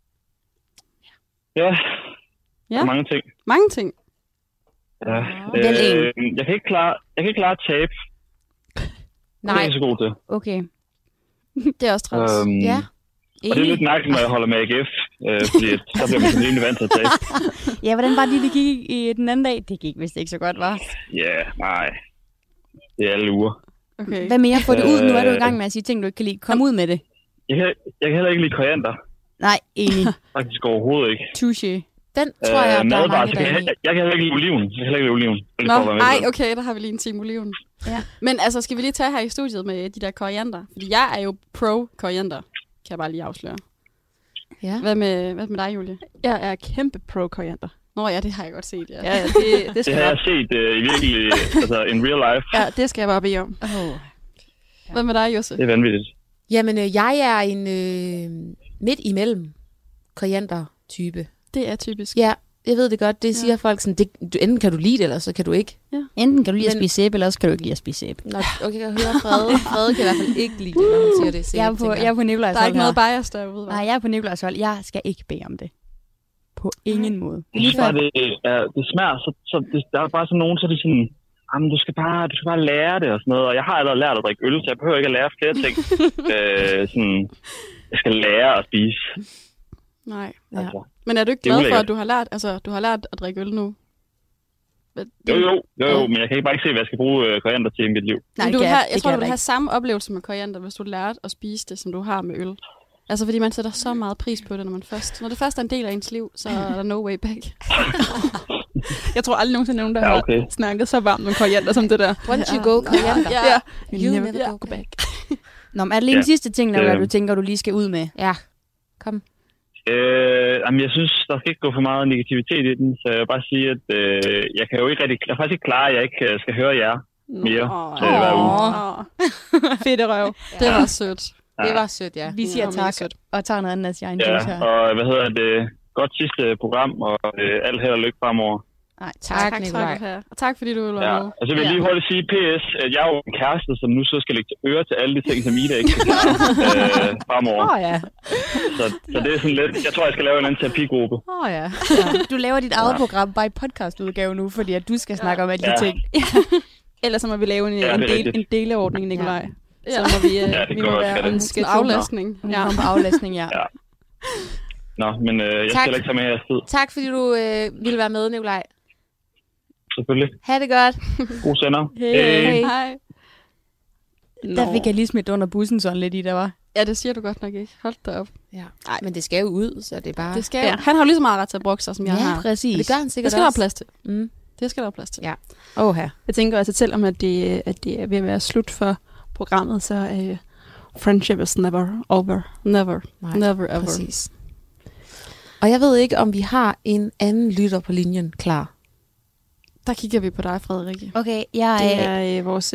Ja, Ja, mange ting. mange ting. Ja. Vælg en. Jeg kan ikke klare tab. Det er Nej, jeg ikke så god til. Okay. Det er også træls. ja. Og det er lidt mærkeligt, når jeg holder med AGF, fordi så bliver man sådan rimelig vant til at tabe. Ja, hvordan var det gik i den anden dag? Det gik vist ikke så godt, var. Ja, nej. Det er alle uger. Okay. Hvad mere? Få det ud. Nu er du i gang med at sige ting, du ikke kan lide. Kom ud med det. Jeg kan heller ikke lide koriander. Nej, enig. Faktisk overhovedet ikke. Touché. Den tror jeg, der er madbar, mange, så der kan er i. jeg kan heller ikke lide oliven. Jeg kan heller ikke lide oliven. Nå, ej, okay, der har vi lige en time oliven. Ja. Men altså, skal vi lige tage her i studiet med de der koriander? Fordi jeg er jo pro-koriander, kan jeg bare lige afsløre. Ja. Hvad med dig, Julie? Jeg er kæmpe pro-koriander. Nå ja, det har jeg godt set, ja. Ja, det Det skal har jeg. jeg set i virkelig, altså in real life. Ja, det skal jeg bare bede om. Hvad med dig, Josse? Det er vanvittigt. Jamen, jeg er en midt imellem koriander-type. Det er typisk. Ja, jeg ved det godt. Det siger folk sådan, enten kan du lide det, eller så kan du ikke. Enten kan du lide at spise sæbe, eller også kan du ikke lide at spise sæbe. Nå, okay, jeg høre Frede. Frede kan i hvert fald ikke lide det, når hun siger det. Jeg er på Nikolajs Der er hold ikke her. noget bias derude, hva'? Nej, jeg er på Nikolajs hold. Jeg skal ikke bede om det. På ingen måde. Jeg synes bare, det smager, så der er bare sådan nogen, så er de sådan, jamen, du skal bare lære det og sådan noget. Og jeg har allerede lært at drikke øl, så jeg behøver ikke at lære flere ting. Sådan, jeg skal lære at spise. Nej. Ja. Altså. Men er du ikke Det er glad for, ulækkert. at du har lært at drikke øl nu? Jo, men jeg kan ikke bare ikke se, hvad jeg skal bruge koriander til i mit liv. Nej, jeg tror, du vil have samme oplevelse med koriander, hvis du lærte at spise det, som du har med øl. Altså, fordi man sætter så meget pris på det, når det først er en del af ens liv, så er der no way back. Jeg tror aldrig nogensinde nogen, der har snakket så varmt om koriander som det der. Once you go koriander. Ja. You never go back. Nå, men er det lige en sidste ting, der du tænker, du lige skal ud med? Ja, kom. Jamen, jeg synes, der skal ikke gå for meget negativitet i den, så jeg vil bare sige, at jeg kan faktisk ikke klare, at jeg ikke skal høre jer mere hver uge. Fedt røv. Det var sødt. Det var sødt, ja. Vi siger tak og tager noget andet af sin egen her. Og godt sidste program, og alt held og lykke fremover. Nej, tak Nikolaj. Og tak fordi du ville være med. Og så vil jeg lige hurtigt sige, PS, at jeg er jo en kæreste, som nu så skal lægge til øre til alle de ting, som Ida ikke kan klare fremover. Ja. Så det er sådan lidt, jeg tror, jeg skal lave en anden terapigruppe. Ja. Du laver dit eget program, bare i podcastudgave nu, fordi at du skal snakke om alle de ting. Ellers så må vi lave en deleordning, Nikolaj. Så må vi må være en aflastning. Aflastning, ja. Nå, men jeg skal ikke tage med jeres tid. Tak fordi du ville være med, Nikolaj. Selvfølgelig. Ha' det godt. God sender. Hej. Der fik jeg lige smidt under bussen sådan lidt i, der var. Ja, det siger du godt nok ikke. Hold da op. Ja. Nej, men det skal jo ud, så det er bare... Det skal jo. Han har jo lige så meget ret til at brokke sig, som jeg har. Ja, præcis. Og det gør han sikkert det skal der også. være plads til. Mm. Det skal der være plads til. Ja. Her. Jeg tænker også, selvom at det er ved at være slut for programmet, så friendship is never over. Never. Nej, Never ever. Præcis. Og jeg ved ikke, om vi har en anden lytter på linjen klar. Der kigger vi på dig, Frederikke. Okay, Det er vores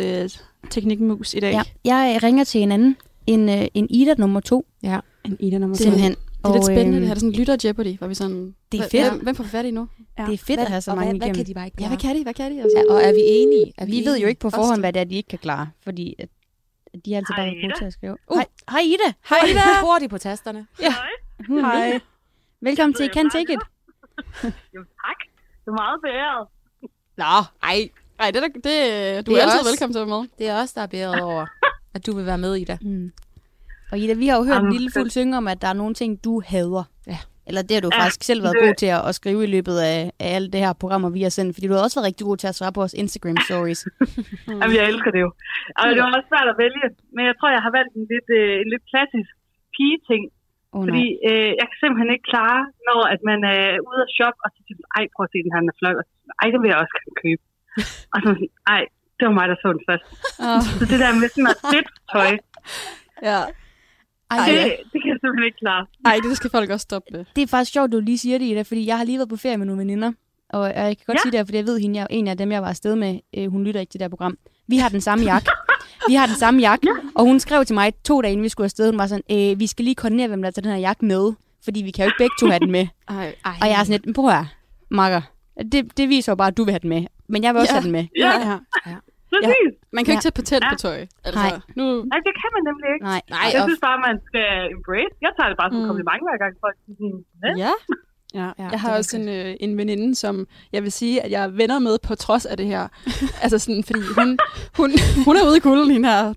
teknikmus i dag. Ja, jeg ringer til en anden. En Ida nummer 2. Ja. En Ida nummer 2. Simpelthen. Det er lidt spændende, det her. Det er sådan lytter Jeopardy, hvor vi sådan... Det er fedt. Hvem får fat i nu? Ja. Det er fedt at have så mange igennem. Hvad kan de bare ikke klare? Ja, hvad kan de? Altså? Ja, og er vi enige? Vi ved jo ikke på forhånd, hvad det er, de ikke kan klare, fordi at de er altid bare gode til at skrive. Hej Ida! Hej Ida! Hurtigt på tasterne. Ja. Hej. Velkommen til Can't Take It. Jo, tak. Det er meget beæret. Nå, ej, du er altid velkommen til at være med. Det er os, der er beæret over, at du vil være med, Ida. Og Ida, vi har jo hørt en lille fuld synge om, at der er nogle ting, du hader. Ja. Eller det har du faktisk selv været god til at skrive i løbet af alle det her programmer, vi har sendt. Fordi du har også været rigtig god til at svare på vores Instagram stories. Jamen, jeg elsker det jo. Og det var også svært at vælge. Men jeg tror, jeg har valgt en lidt klassisk pige-ting. Fordi jeg kan simpelthen ikke klare, når at man er ude at shoppe, og så siger ej, prøv at se, den her er flot. Ej, det vil jeg også kan købe. Og så sådan, ej, det var mig, der så den først. Så det der med sådan noget fedt tøj. Ja. Det kan jeg simpelthen ikke klare. Ej, det skal folk også stoppe med. Det er faktisk sjovt, du lige siger det, Ida, fordi jeg har lige været på ferie med nogle veninder. Og jeg kan godt sige det, fordi jeg ved, hende, jeg er en af dem, jeg var afsted med. Hun lytter ikke til det her program. Vi har den samme jakke. Og hun skrev til mig 2 dage, inden vi skulle afsted. Hun var sådan, vi skal lige koordinere, hvem der tager den her jakke med. Fordi vi kan jo ikke begge to have den med. Og jeg er sådan lidt, prøv at høre, makker. Det viser jo bare, at du vil have den med. Men jeg vil også have den med. Ja. Man kan jo ikke tage patent på tøj. Altså, Nej, det kan man nemlig ikke. Nej. Jeg synes bare, man skal embrace. Jeg tager det bare som kompliment hver gang folk siger. Ja. Jeg har også en veninde, som jeg vil sige, at jeg er venner med på trods af det her. Altså sådan, fordi hun er ude i kulden, hende her.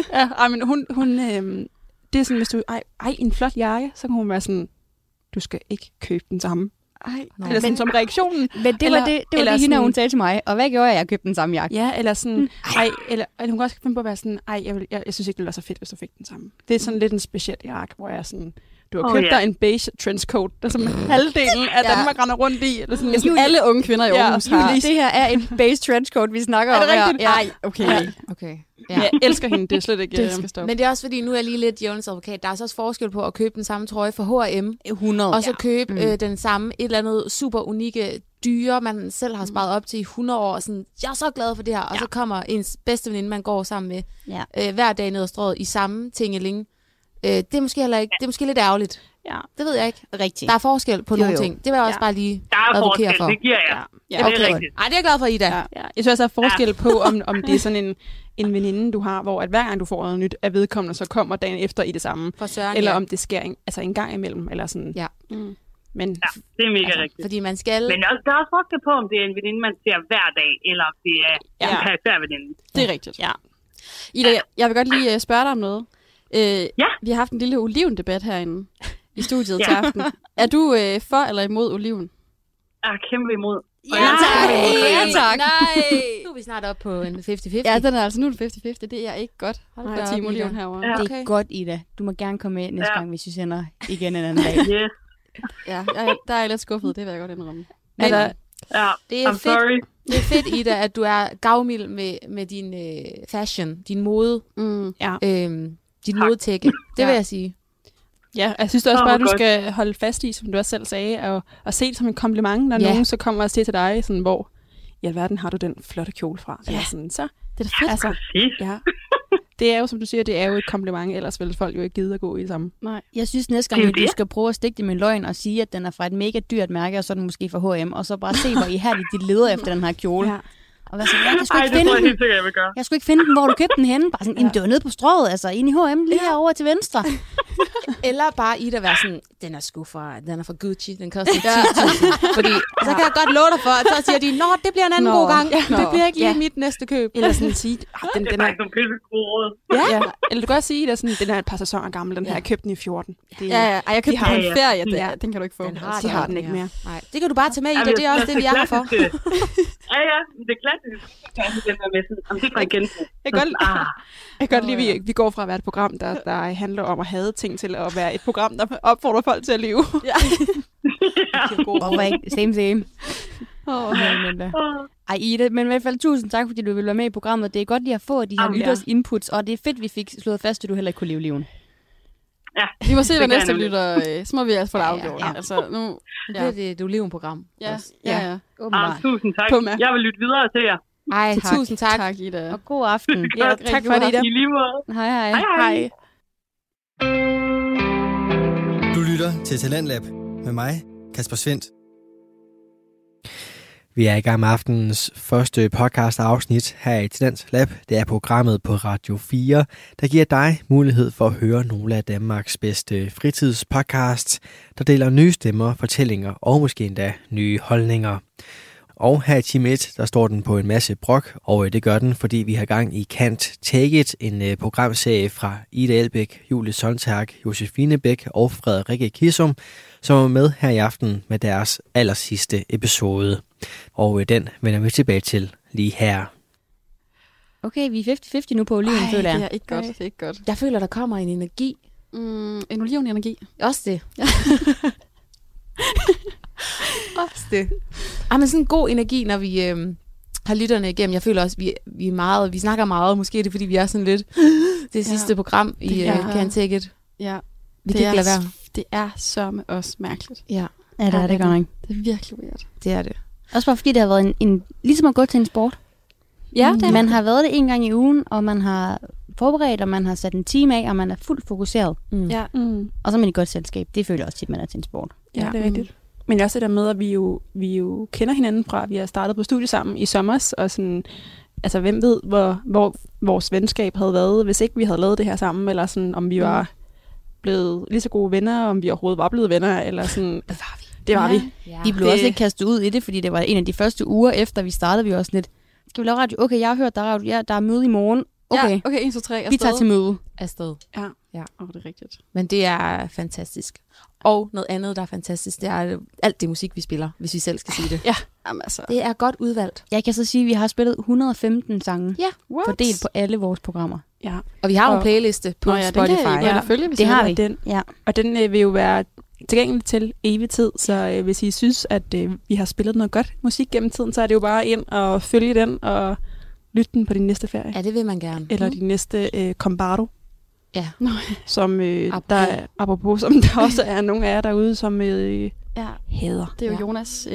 Men det er sådan, hvis du, en flot jakke, så kan hun være sådan, du skal ikke købe den samme. Eller sådan som reaktionen. Men det var det hende, hun sagde til mig. Og hvad gjorde jeg? Jeg købte den samme jakke. Ja, eller sådan, eller hun kan også finde på at være sådan, jeg synes ikke, det var så fedt, hvis du fik den samme. Det er sådan lidt en speciel jakke, hvor jeg er sådan, du har købt dig en beige trenchcoat, der som halvdelen af Danmark render rundt i. Eller sådan, alle unge kvinder i Aarhus har. Det her er en beige trenchcoat, vi snakker om. Er det rigtigt? Ja. Okay. Ja. Jeg elsker hende, det er slet ikke, skal stoppe. Men det er også fordi, nu er jeg lige lidt djævelens advokat. Der er så også forskel på at købe den samme trøje for H&M, 100, og så købe den samme, et eller andet super unikke dyre, man selv har sparet op til i 100 år. Og sådan, jeg er så glad for det her. Og så kommer ens bedste veninde, man går sammen med, hver dag ned ad strøget i samme tingeling. Det er måske heller ikke, det er måske lidt ærgerligt. Ja. Det ved jeg ikke. Rigtigt. Der er forskel på nogle ting. Det vil jeg også bare lige advokere for. Det giver jeg. Ja. Det er rigtigt. Ej, det er jeg glad for, Ida. Ja. Jeg synes også, der er forskel på, om det er sådan en veninde, du har, hvor at hver gang du får noget nyt af vedkommende, så kommer dagen efter i det samme. For Søren, eller om det sker en gang imellem. Eller sådan. Ja. Men, det er mega rigtigt. Fordi man skal... Men der er også forskel på, om det er en veninde, man ser hver dag, eller om det er en karakterveninde. Det er rigtigt. Ja. Ida, jeg vil godt lige spørge dig om noget. Vi har haft en lille olivendebat herinde i studiet til aften. Er du for eller imod oliven? Jeg er kæmpe imod. Ja, tak. Nej. Nu er vi snart op på en 50-50. Ja, den er altså nu 50-50. Det er ikke godt. Hold da Team Oliven herovre. Ja. Det er godt, Ida. Du må gerne komme med næste gang, hvis vi sender igen en anden dag. Yes. Ja, der er jeg lidt skuffet. Det vil jeg godt indrømme. Men, det er fedt. Det er fedt, Ida, at du er gavmild med din fashion, din mode, din modetække. Det vil jeg sige. Ja, jeg synes også bare, at du skal holde fast i, som du også selv sagde, og se det som en kompliment, når nogen så kommer og siger til dig, sådan, hvor i alverden har du den flotte kjole fra. Ja. Sådan, så, det er da fedt. Altså, det er jo, som du siger, det er jo et kompliment, ellers vil folk jo ikke gide at gå i det samme. Nej. Jeg synes næste gang, du skal prøve at stikke det med løgn og sige, at den er fra et mega dyrt mærke, og så er den måske fra H&M, og så bare se, hvor ihærdigt de leder efter den her kjole. Ja. Og hvad så, jeg kan sgu ikke finde den. Jeg skulle ikke finde den, hvor du købte den henne. Bare sådan, det var nede på strået, altså inde i H&M, lige herovre til venstre. Eller bare Ida være sådan, den er fra Gucci, den koster 10.000. Fordi så kan jeg godt love dig for, at så siger de, det bliver en anden god gang. Det bliver ikke lige mit næste køb. Eller sådan sige, den er ikke nogle pissegode. Ja. Eller du kan også sige, at den er et par sæsoner gammel, den her jeg købte den i 14. Jeg købte den på en ferie, den kan du ikke få. De har den ikke mere. Nej, det kan du bare tage med, Ida, det er også det, vi er her for. Ja, det er klassisk. Jeg kan godt lide, at vi går fra at være et program, der handler om at hade ting, til at være et program, der opfordrer folk til at leve. Hvorfor ikke? Same. Ej Ida, men i hvert fald tusind tak, fordi du ville være med i programmet. Det er godt lige at få de her lytters inputs, og det er fedt, vi fik slået fast, at du heller ikke kunne leve liven. Ja, vi må se, hvad næste lytter, så må vi altså få det afgjort. Ja. Altså, nu det er et olivenprogram. Ja. Tusind tak. Jeg vil lytte videre til jer. Ej, tusind tak. Tak, Ida. Og god aften. Tak for det, Ida. I lige måde. Hej. Hej. Du lytter til Talentlab med mig, Kasper Svendt. Vi er i gang med aftenens første podcast-afsnit her i Talentlab. Det er programmet på Radio 4, der giver dig mulighed for at høre nogle af Danmarks bedste fritidspodcasts, der deler nye stemmer, fortællinger og måske endda nye holdninger. Og her i time 1, der står den på en masse brok, og det gør den, fordi vi har gang i Can't Take It, en programserie fra Ida Elbæk, Julie Sontag, Josefine Bæk og Frederikke Kissum, som er med her i aften med deres allersidste episode. Og den vender vi tilbage til lige her. Okay, vi er 50-50 nu på oliven, føler jeg. det er ikke godt. Det er ikke godt. Jeg føler, der kommer en energi. En olivenenergi. Også det. Også det. Men sådan en god energi, når vi har lytterne igennem. Jeg føler også, vi snakker meget. Måske er det, fordi vi er sådan lidt det sidste program i Can't Take It. Ja. Vi kan ikke lade være. Det er sørme også mærkeligt. Ja, det er det godt nok. Det er virkelig weird. Det er det. Også bare fordi det har været en ligesom at gå til en sport. Ja, det er man har været det en gang i ugen, og man har forberedt, og man har sat en time af, og man er fuldt fokuseret. Ja. Og så er man i godt selskab. Det føler jeg også tit, man er til en sport. Ja, det er rigtigt. Men også det der med, at vi jo kender hinanden fra, vi har startet på studie sammen i sommers, og sådan, altså hvem ved, hvor vores venskab havde været, hvis ikke vi havde lavet det her sammen, eller sådan, om vi var blevet lige så gode venner, om vi overhovedet var blevet venner, eller sådan. Det var vi. Ja. Vi blev også ikke kastet ud i det, fordi det var en af de første uger efter, vi startede, vi også lidt, skal vi lave radio? Okay, jeg har hørt, der er radio. Ja, der er møde i morgen. Okay, ja, okay 1, 2, 3, afsted. Vi tager til møde. Afsted. Ja. Det er rigtigt. Men det er fantastisk. Og noget andet, der er fantastisk, det er alt det musik, vi spiller, hvis vi selv skal sige det. Ja. Jamen, altså. Det er godt udvalgt. Jeg kan så sige, at vi har spillet 115 sange. Ja. Fordelt på alle vores programmer. Ja. Og vi har en playliste på Spotify. Det har vi. Den, og den vil jo være tilgængelig til evig tid, så hvis I synes, at vi har spillet noget godt musik gennem tiden, så er det jo bare ind og følge den og lytte den på din næste ferie. Ja, det vil man gerne. Eller din næste Combardo. Ja. Som apropos, som der også er nogle af jer derude, som hader. Det er jo Jonas.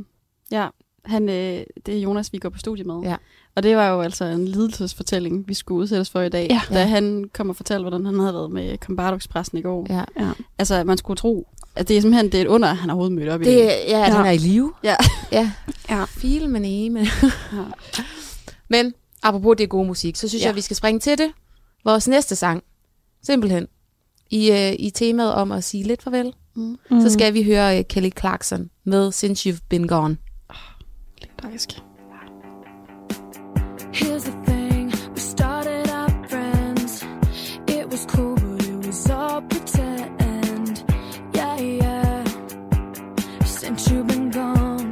Det er Jonas, vi går på studie med. Ja. Og det var jo altså en lidelsesfortælling, vi skulle udsættes for i dag. Da han kom og fortalte, hvordan han havde været med Combardo-Expressen i går. Ja. Altså, man skulle tro, at det er simpelthen det er et under, at han overhovedet mødte op i det. Ja, at han er i live. Ja. Fil med neme. Men apropos det gode musik, så synes jeg, at vi skal springe til det. Vores næste sang, simpelthen, i temaet om at sige lidt farvel, så skal vi høre Kelly Clarkson med Since You've Been Gone. Legendarisk. Here's the thing, we started out friends. It was cool, but it was all pretend. Yeah. Since you've been gone,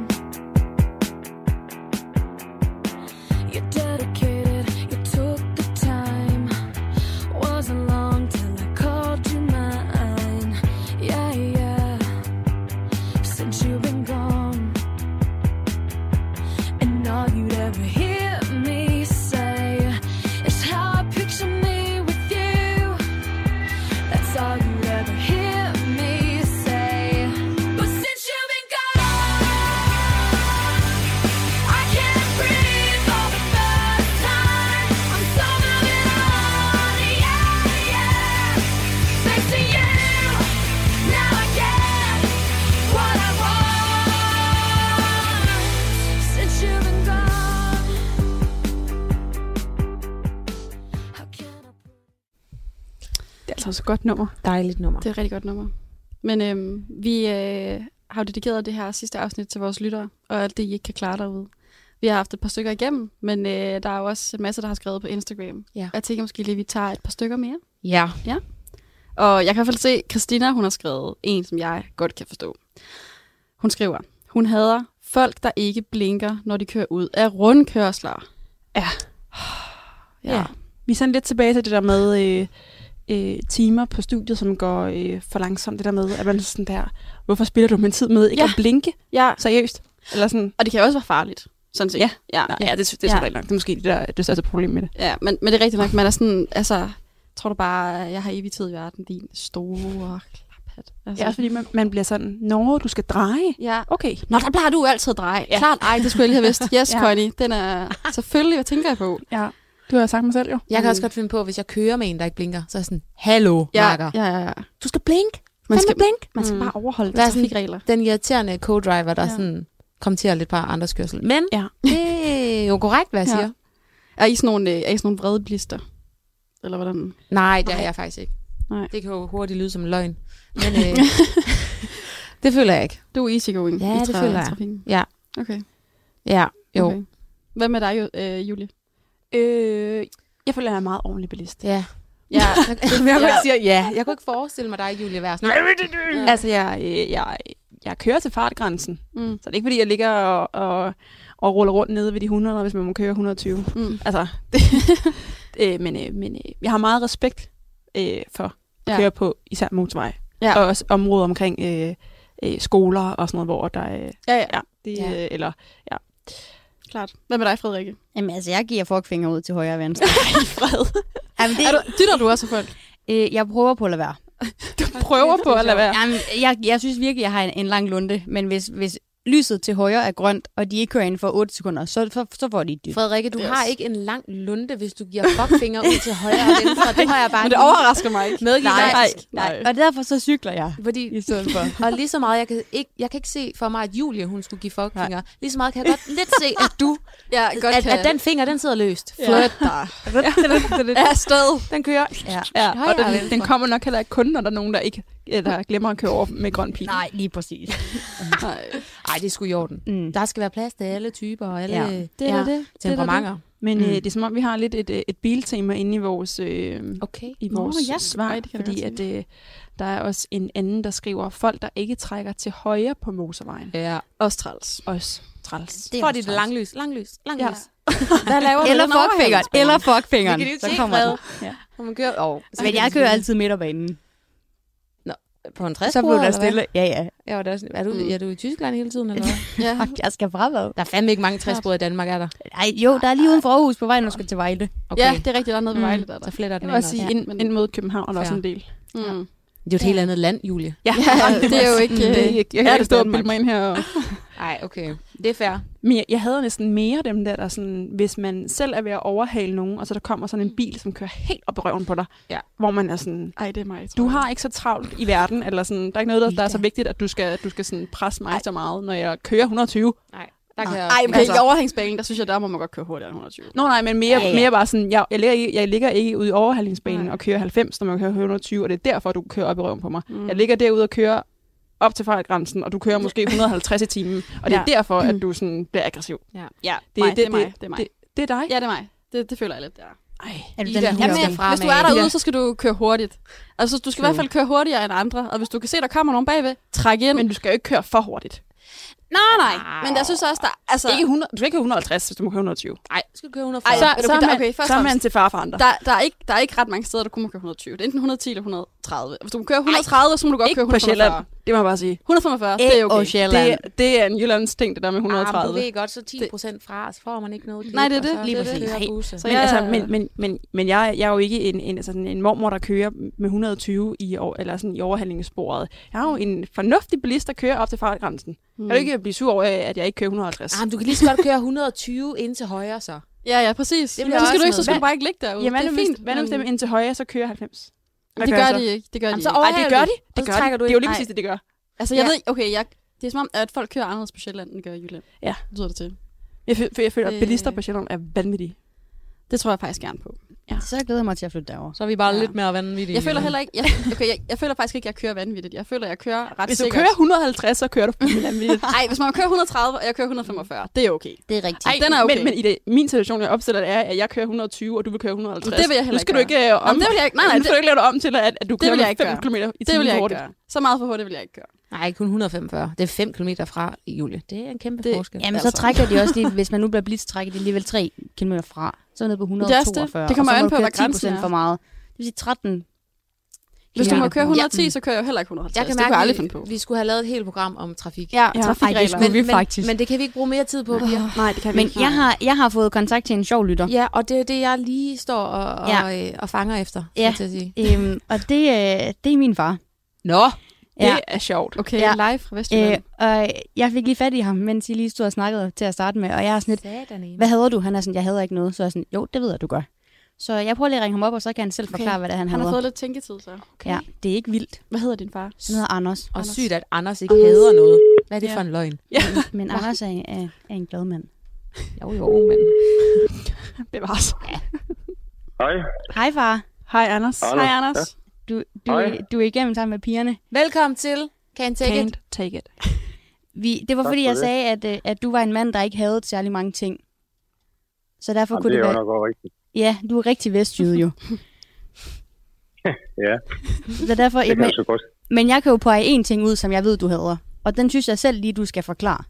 you're dedicated, you took the time. Wasn't long till I called you mine. Yeah. Since you've been gone, and all you'd ever hear me say is how I picture me with you. That's all you'd ever hear me say. But since you've been gone, I can't breathe for the first time. I'm so moving on, yeah. Thanks to you, now I get what I want. Since you've been gone, how can I put... Det er altså også et godt nummer. Dejligt nummer. Det er et rigtig godt nummer. Men vi har jo dedikeret det her sidste afsnit til vores lyttere, og alt det, I ikke kan klare derude. Vi har haft et par stykker igennem, men der er jo også en masse, der har skrevet på Instagram. Ja. Jeg tænker måske lige, vi tager et par stykker mere. Ja. Og jeg kan i hvert fald se, Christina, hun har skrevet en, som jeg godt kan forstå. Hun skriver, hun hader folk, der ikke blinker, når de kører ud af rundkørsler. Ja. Vi er sådan lidt tilbage til det der med timer på studiet, som går for langsomt. Det der med, at man sådan der, hvorfor spiller du min tid med ikke at blinke? Ja. Seriøst. Eller sådan. Og det kan jo også være farligt. Sådan set. Ja, ja. Det er rigtig langt. Det er måske det største problem med det. Ja, men det er rigtigt nok. Man er sådan, altså, tror du bare, jeg har evig tid i verden, din store klaphat. Altså. Ja, også fordi man bliver sådan, når du skal dreje. Ja. Okay. Nå, der plejer du altid at dreje. Ja. Klart, det skulle jeg lige have vidst. Yes, Connie, den er selvfølgelig, hvad tænker jeg på? Ja, du har sagt mig selv jo. Jeg kan også godt finde på, hvis jeg kører med en, der ikke blinker, så er jeg sådan, hallo, makker. Ja. Du skal blinke. Man skal blink. Man skal bare overholde Hvad er sådan trafikregler. Den irriterende co-driver, der sådan kommenterer lidt på andres kørsel. Men det er jo korrekt, hvad jeg siger. Er I sådan nogle vrede bilister? Eller hvordan? Nej, det er jeg faktisk ikke. Nej. Det kan jo hurtigt lyde som en løgn. Men det føler jeg ikke. Du er easygoing Ja, i det føler jeg. trafikken. Ja. Okay. Ja, jo. Okay. Hvad med dig, Julie? Jeg føler, jeg er en meget ordentlig bilist. Ja. Ja. Jeg kunne ikke sige, jeg kunne ikke forestille mig dig, Julie, være sådan. Altså, jeg kører til fartgrænsen. Så det er ikke, fordi jeg ligger og ruller rundt nede ved de 100, hvis man må køre 120. Altså, men jeg har meget respekt for at køre på især motorvej. Og også områder omkring skoler og sådan noget, hvor der eller Klart. Hvad med dig, Frederikke? Jamen altså, jeg giver fuckfinger ud til højre og venstre. I fred. Jamen, Dytter du også folk? Jeg prøver på at lade være. Du prøver på at lade være. Jamen, jeg synes virkelig, jeg har en lang lunde, men hvis lyset til højre er grønt, og de ikke kører inden for 8 sekunder, så får de et dyt. Frederikke, du har ikke en lang lunde, hvis du giver fuckfinger ud til højre og venstre. Det har jeg bare Men det overrasker mig ikke. Nej. Og derfor så cykler jeg. Fordi, i stedet for. Og lige så meget, jeg kan ikke se for mig, at Julie, hun skulle give fuckfinger. Lige så meget kan jeg godt lidt se, at du, at den finger, den sidder løst. Flyt dig. Ja, sted. Den kører. Ja, og den kommer nok heller ikke kun, når der er nogen, der glemmer at køre over med grøn pil. Nej, lige præcis. Nej, det er sgu i orden. Der skal være plads til alle typer og alle temperamenter. Men det er som om, vi har lidt et biltema inde i vores, svar, fordi at, der er også en anden, der skriver, folk, der ikke trækker til højre på motorvejen. Ja. Også træls. Får de det langlys. Ja. Hvad laver du? Eller fuckfingeren. Så kommer det. Man kører, men jeg kører altid midterbanen. På en 60 så blev der stille. Ja. Er du i Tyskland hele tiden, eller hvad? Ja. Jeg skal fremad. Der er fandme ikke mange 60-brød i Danmark, er der? Nej, jo, der er lige uden for Aarhus på vej, når du skal til Vejle. Okay. Ja, det er rigtigt, der er noget på Vejle. Der. Så fletter den ind. Jeg vil sige, ind mod København er også en del. Det er jo et helt andet land, Julie. Ja, det er jo ikke... Jeg kan ikke stå og bilde mig ind her. Nej, okay. Det er fair. Men jeg havde næsten mere dem der sådan, hvis man selv er ved at overhale nogen, og så der kommer sådan en bil, som kører helt op i røven på dig, hvor man er sådan, ej, det er mig, du har ikke så travlt i verden, eller sådan, der er ikke noget, der er så vigtigt, at du skal sådan presse mig så meget, når jeg kører 120. Nej. I overhængsbanen, der synes jeg, der må man godt køre hurtigere end 120. Nej, men mere bare sådan, jeg ligger ikke ude i overhalingsbanen og kører 90, når man kører 120, og det er derfor, du kører op i røven på mig. Jeg ligger derude og kører op til fartgrænsen, og du kører måske 150 i timen, og det er derfor, at du sådan bliver aggressiv. Ja, det er mig. Det er dig? Ja, det er mig. Det føler jeg lidt, Hvis du er derude, så skal du køre hurtigt. Altså, du skal i hvert fald køre hurtigere end andre, og hvis du kan se, der kommer nogen bagved, træk ind. Men du skal jo ikke køre for hurtigt. Nej. Men jeg synes også, der... Altså, ikke 100, du skal ikke køre 150, hvis du må køre 120. Nej, du skal køre 140. Så er man til far for andre. Der er ikke ret mange steder, der kunne køre 120. Det er enten 110 eller 130. Hvis du kan køre 130, så må du godt køre 145. Det må jeg bare sige. 145, det er okay. Det er en Jyllands ting, det der med 130. Du ved godt, så 10% fra, så får man ikke noget. Nej, det er det. Lige præcis. Men jeg er jo ikke en mormor, der kører med 120 i overhandlingssporet. Jeg er jo en fornuftig bilist, der kører op til fartgrænsen. Jeg kan ikke blive sur over, at jeg ikke kører 150. Men du kan lige så godt køre 120 ind til højre, så. Ja, præcis. Så skal du bare ikke ligge derude. Jamen, det er fint. Hvad nu dem ind til højre, så kører 90? Det gør de ikke. Det gør de ikke. Det gør de. Det er jo lige præcis det, de gør. Altså, jeg ved ikke, det er som om, at folk kører anderledes på Sjælland, end gør i Jylland. Ja. Det lyder det til. Jeg føler, at bilister på Sjælland er vanvittige. Det tror jeg faktisk gerne på. Ja. Så glæder jeg mig til at flytte derover. Så er vi bare lidt mere vanvittige. Jeg føler heller ikke... Jeg føler faktisk ikke, at jeg kører vanvittigt. Jeg føler, at jeg kører ret sikkert. Hvis du kører 150, så kører du vanvittigt. Nej, hvis man kører 130, og jeg kører 145, det er okay. Det er rigtigt. Ej, den er okay. Men i min situation, jeg opstiller, er, at jeg kører 120, og du vil køre 150. Det vil jeg heller ikke gøre. Nu skal du ikke om... det vil jeg ikke. Nej, nu skal du ikke lave det om til, at du kører 5 km i timen. Det vil jeg ikke gøre. Så meget for hurtigt vil jeg ikke gøre. Nej, kun 145. Det er 5 km fra, Julie. Det er en kæmpe forskel. Jamen, så trækker de også lige, hvis man nu bliver blitz, trækker de alligevel 3 km fra. Så er nede på 142. Det kommer an på, hvad grænsen er. For meget. Det vil sige 13. Hvis du må køre 110, så kører jeg heller ikke 150. Jeg kan mærke, det kunne jeg aldrig finde på. Vi skulle have lavet et helt program om trafik. Ja, trafikregler. Det vi faktisk. Men det kan vi ikke bruge mere tid på, Pia. Nej, det kan vi ikke. Men jeg har fået kontakt til en sjov lytter. Ja, og det er det, jeg lige står og fanger efter. Ja, til at sige. Og det er min far. Nå, det er sjovt. Okay, live fra Vestjylland. Og jeg fik lige fat i ham, mens I lige stod og snakkede til at starte med. Og jeg er sådan lidt, hvad hader du? Han er sådan, jeg hader ikke noget. Så er jeg sådan, jo, det ved jeg, du gør. Så jeg prøver lige at ringe ham op, og så kan han selv forklare, hvad det er, han har hedder. fået lidt tænketid, så. Okay. Ja, det er ikke vildt. Hvad hedder din far? Han hedder Anders. Og sygt, at Anders ikke hader noget. Hvad er det for en løgn? Ja. Men Anders er en glad mand. Jo, men... Bevares. Ja. Hej. Hej, far. Hej, Anders. Hej, Anders. Du er igennem sammen med pigerne. Velkommen til Can't Take It. Take it. Det var fordi, jeg sagde, at du var en mand, der ikke havde særlig mange ting. Så derfor kunne det være... Det er jo nok også rigtigt. Ja, du er rigtig vestjyde jo. Ja, Så derfor, det kan jeg så godt. Men jeg kan jo pege en ting ud, som jeg ved, du hader. Og den synes jeg selv lige, du skal forklare.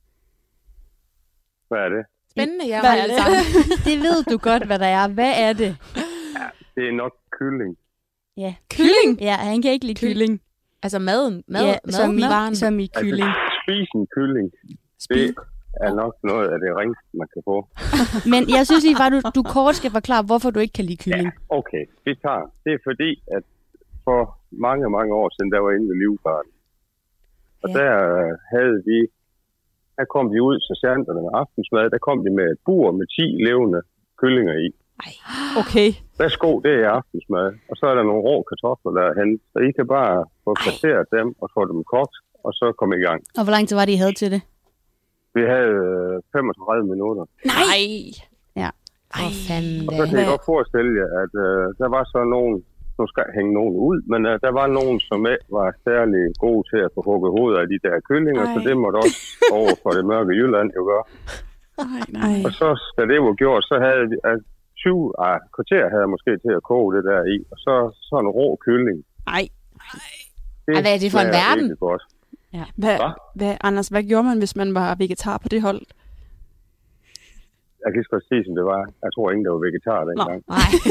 Hvad er det? Spændende, jeg Hvad var er det det? sammen. Det ved du godt, hvad der er. Hvad er det? Det er nok kylling. Ja. Kylling? Ja, han kan ikke lide kylling. Altså maden? Ja, som i kylling. Altså, spisen kylling. Det er nok noget af det ringste, man kan få. Men jeg synes lige bare, du kort skal forklare, hvorfor du ikke kan lide kylling. Ja, okay. Vi tager. Det er fordi, at for mange, mange år siden, der var inde ved Livgarden. Og der havde vi... Der kom de ud, sergeanterne med aftensmad. Der kom de med et bur med 10 levende kyllinger i. Okay. Værsgo, det er aftensmad. Og så er der nogle rå kartofler derhen. Så I kan bare få passeret dem og få dem kogt, og så komme i gang. Og hvor lang tid var det, I havde til det? Vi havde 35 minutter. Nej. Ja. Ej, fanden Og så kan jeg godt forestille jer, at der var så nogen, nu skal jeg hænge nogen ud, men der var nogen, som ikke var særlig gode til at få hugget hovedet af de der kyllinger, så det måtte også over for det mørke Jylland jo gøre. Nej. Og så, da det var gjort, så havde vi 20 kvarter havde jeg måske til at koge det der i, og så sådan en rå kylling. Nej. Hvad er det for en verden? Godt. Ja. Anders, hvad gjorde man, hvis man var vegetar på det hold? Jeg kan ikke godt sige, som det var. Jeg tror ingen, der var vegetar dengang.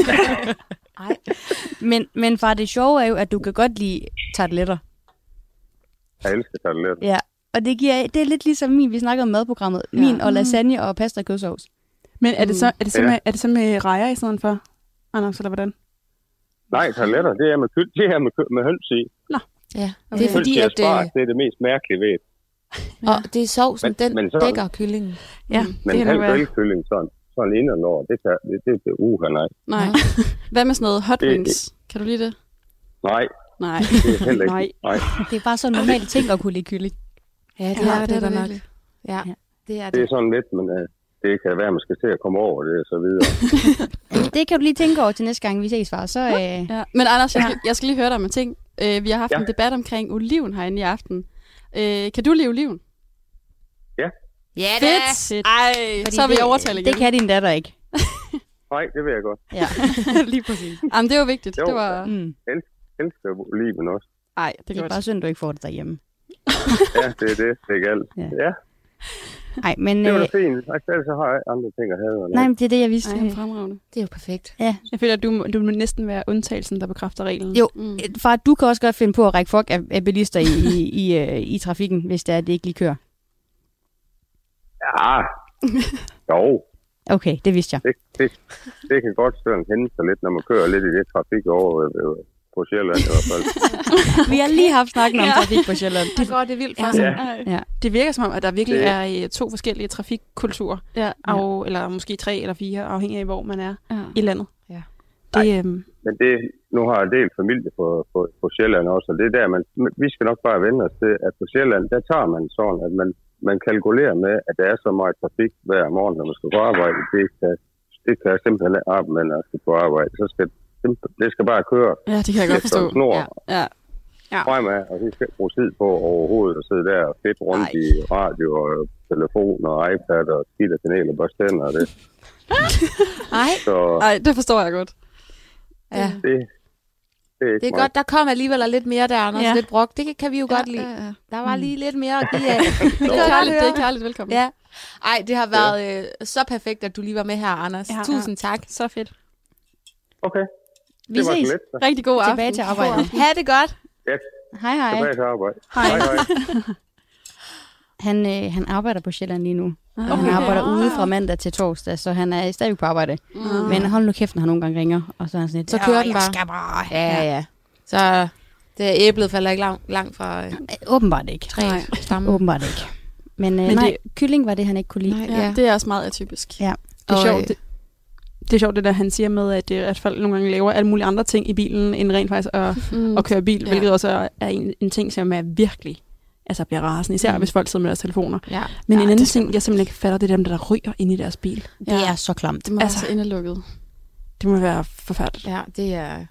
Nej. Men far, det sjove er jo, at du kan godt lide tarteletter. Jeg elsker tarteletter. Ja, og det er lidt ligesom vi snakkede om madprogrammet. Min og lasagne og pasta og kødsovs. Men er det så med rejer i stedet for, Anders, eller hvordan? Nej, tarteletter, det er med høns i. Nå. Ja, det er fordi, at... det er det mest mærkelige ved det. Og det er sovsen, den men dækker kyllingen. Ja, men halv grillkylling, sådan inderlår, det er nej. Nej. Hvad med sådan noget hot wings? Kan du lide det? Nej. Nej. Det er heller ikke. Nej. Det er bare så normalt ting at kunne lide kylling. Ja, det er der nok. Ja, det er det. Det er sådan lidt, men det kan være, man skal til at komme over det og så videre. Det kan du lige tænke over til næste gang, vi ses, far. Så, Ja. Men Anders, jeg skal lige høre dig om en ting. Vi har haft en debat omkring oliven herinde i aften. Kan du lide oliven? Ja. Ja, fedt. Ej, så er vi overtalt igen. Det kan din datter ikke. Nej, det vil jeg godt. Ja, lige præcis. Jamen, det var vigtigt. Jo, det var... elsker oliven også. Nej, det er bare synd, du ikke får det derhjemme. Ja, det er det. Det er galt. Ja. Ej, men... Det var da fint. Så har jeg andre ting at have. Nej, men det er det, jeg vidste. Ej, fremragende. Det er jo perfekt. Ja. Jeg føler, at du må næsten være undtagelsen, der bekræfter reglen. Jo, far, du kan også godt finde på at række fuck af bilister i trafikken, hvis det ikke lige kører. Ja, jo. Okay, det vidste jeg. Det kan godt sådan hænde sig lidt, når man kører lidt i det trafik over på Sjælland i hvert fald. Vi har lige haft snakken om trafik på Sjælland. Det går det vildt for sig. Ja. Det virker som om, at der virkelig er 2 forskellige trafikkulturer. Ja. Eller måske 3 eller 4, afhængig af, hvor man er i landet. Ja. Men nu har jeg delt familie på Sjælland også, og det er der, vi skal nok bare vende os til, at på Sjælland, der tager man sådan, at man kalkulerer med, at der er så meget trafik hver morgen, når man skal på arbejde. Det kan simpelthen ikke arbejde, når man skal på arbejde. Det skal bare køre. Ja, det kan jeg godt forstå. Ja. Fremad, og det skal ikke bruge tid på overhovedet at sidde der og fedt rundt i radio og telefon og iPad og skidt og kanel og børste tænder og det. Nej, det forstår jeg godt. Ja. Det er godt, der kom alligevel lidt mere der, Anders. Lidt brok. Det kan vi jo godt lide. Der var lige lidt mere at give af. Det er kærligt, velkommen. Ja. Ej, det har været så perfekt, at du lige var med her, Anders. Tusind tak. Så fedt. Okay. Vi ses. Rigtig god aften. Tilbage til arbejde. Ha' det godt. Ja. Hej. Tilbage til arbejde. Hej. Han arbejder på Sjælland lige nu. Og han arbejder ude fra mandag til torsdag, så han er stadig på arbejde. Men hold nu kæft, når han nogle gange ringer. Og så er han sådan lidt, så kører den bare. Jeg skal bare. Ja. Så det æblet falder ikke langt fra... Åbenbart ikke. Åbenbart ikke. Men nej, kylling var det, han ikke kunne lide. Nej, det er også meget atypisk. Ja. Det er sjovt. det er sjovt, det der han siger med, at folk nogle gange laver alle mulige andre ting i bilen, end rent faktisk at køre bil, hvilket også er en ting, som er virkelig bliver rasende, især hvis folk sidder med deres telefoner. Ja. Men en anden ting, jeg simpelthen ikke fatter, det er dem, der ryger ind i deres bil. Det er så klamt. Det må være så indelukket. Det må være forfærdeligt. Ja, det er...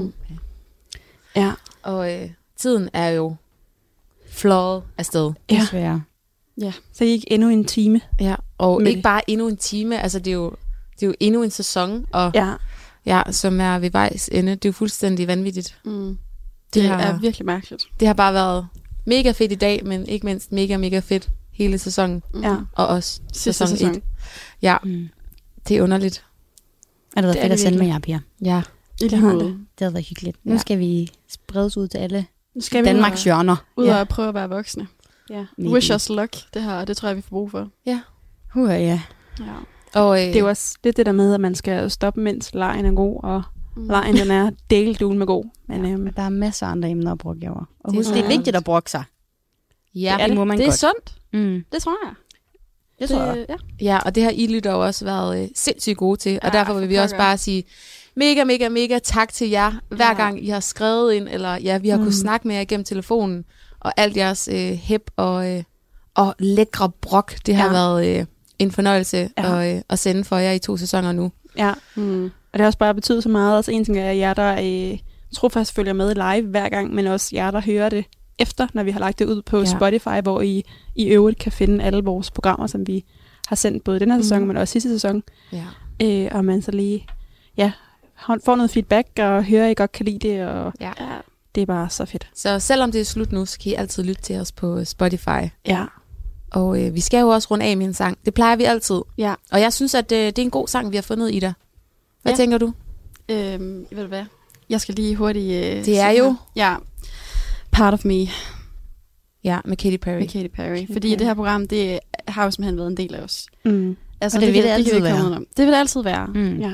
Ja. Og tiden er jo fløjet afsted. Desværre. Ja. Så gik endnu en time. Ja, og ikke bare endnu en time, altså det er jo endnu en sæson, og som er ved vejs ende. Det er jo fuldstændig vanvittigt. Det er virkelig mærkeligt. Det har bare været mega fedt i dag, men ikke mindst mega, mega fedt hele sæsonen. Og også sæson 1. Ja, det er underligt. Er det været fedt at sende med jer, Pia? Ja. Det har været hyggeligt. Nu skal vi spredes ud til alle Danmarks hjørner. Ud og prøve at være voksne. Ja. Wish us luck. Det tror jeg, vi får brug for. Ja. Ja. Og det er jo også det der med, at man skal stoppe, mens lejen er god, og lejen den er delduen med god. Men der er masser af andre emner at brokke over. Og husk, det er vigtigt at brokke sig. Ja, det er sundt. Det tror jeg. Det tror jeg. Ja, og det har I lytter jo også været sindssygt gode til, og derfor vil vi også bare sige mega, mega, mega tak til jer, hver gang I har skrevet ind, eller vi har kunnet snakke med jer gennem telefonen, og alt jeres hep og lækre brok. Det har været en fornøjelse at sende for jer i 2 sæsoner nu. Ja, og det har også bare betydet så meget. Altså en ting er jer, der trofast følger med live hver gang, men også jer, der hører det efter, når vi har lagt det ud på Spotify, hvor I øvrigt kan finde alle vores programmer, som vi har sendt både den her sæson, men også sidste sæson. Ja. Og man så lige får noget feedback, og hører, I godt kan lide det, og det er bare så fedt. Så selvom det er slut nu, så kan I altid lytte til os på Spotify. Ja. Og vi skal jo også runde af med en sang. Det plejer vi altid. Ja. Og jeg synes, at det er en god sang, vi har fundet, Ida. Hvad tænker du? Ved du hvad? Jeg skal lige hurtigt... det er jo... Ja. Part of Me. Ja, med Katy Perry. Fordi det her program, det har jo simpelthen været en del af os. Altså, og det vil det altid være. Det vil det altid være.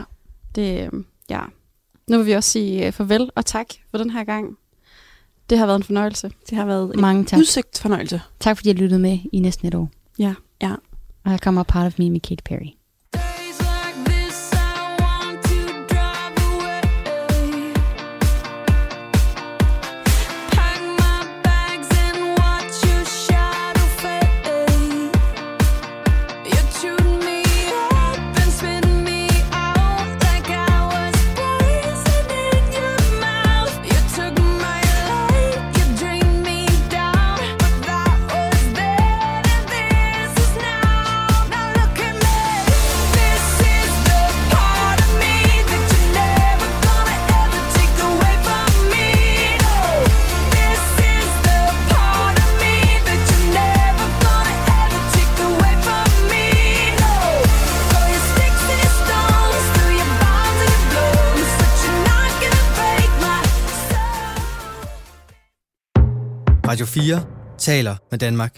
Ja. Nu vil vi også sige farvel og tak for den her gang. Det har været en fornøjelse. Det har været en udsøgt fornøjelse. Tak fordi I lyttede med i næsten et år. Ja. Og her kommer Part of Me med Katy Perry. Radio 4 taler med Danmark.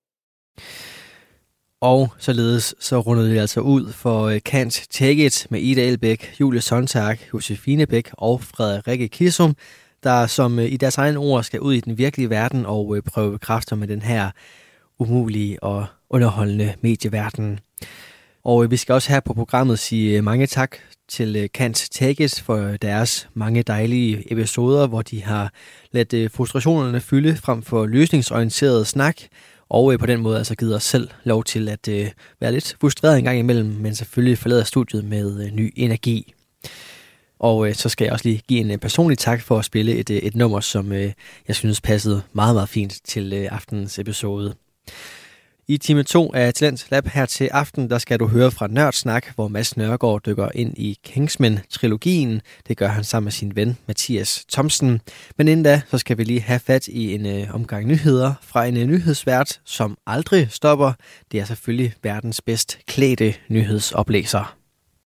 Og således så rundede vi altså ud for Can't Take It med Ida Elbæk, Julie Sontag, Josefine Bæk og Frederikke Kissum, der som i deres egen ord skal ud i den virkelige verden og prøve kræfter med den her umulige og underholdende medieverden. Og vi skal også her på programmet sige mange tak til Can't Take It for deres mange dejlige episoder, hvor de har ladet frustrationerne fylde frem for løsningsorienteret snak, og på den måde altså givet os selv lov til at være lidt frustreret en gang imellem, men selvfølgelig forlade studiet med ny energi. Og så skal jeg også lige give en personlig tak for at spille et nummer, som jeg synes passede meget, meget fint til aftenens episode. I time 2 af Talent Lab her til aften, der skal du høre fra Nørdsnak, hvor Mads Nørgaard dykker ind i Kingsman-trilogien. Det gør han sammen med sin ven Mathias Thomsen. Men inden da, så skal vi lige have fat i en omgang nyheder fra en nyhedsvært, som aldrig stopper. Det er selvfølgelig verdens bedst klædte nyhedsoplæser.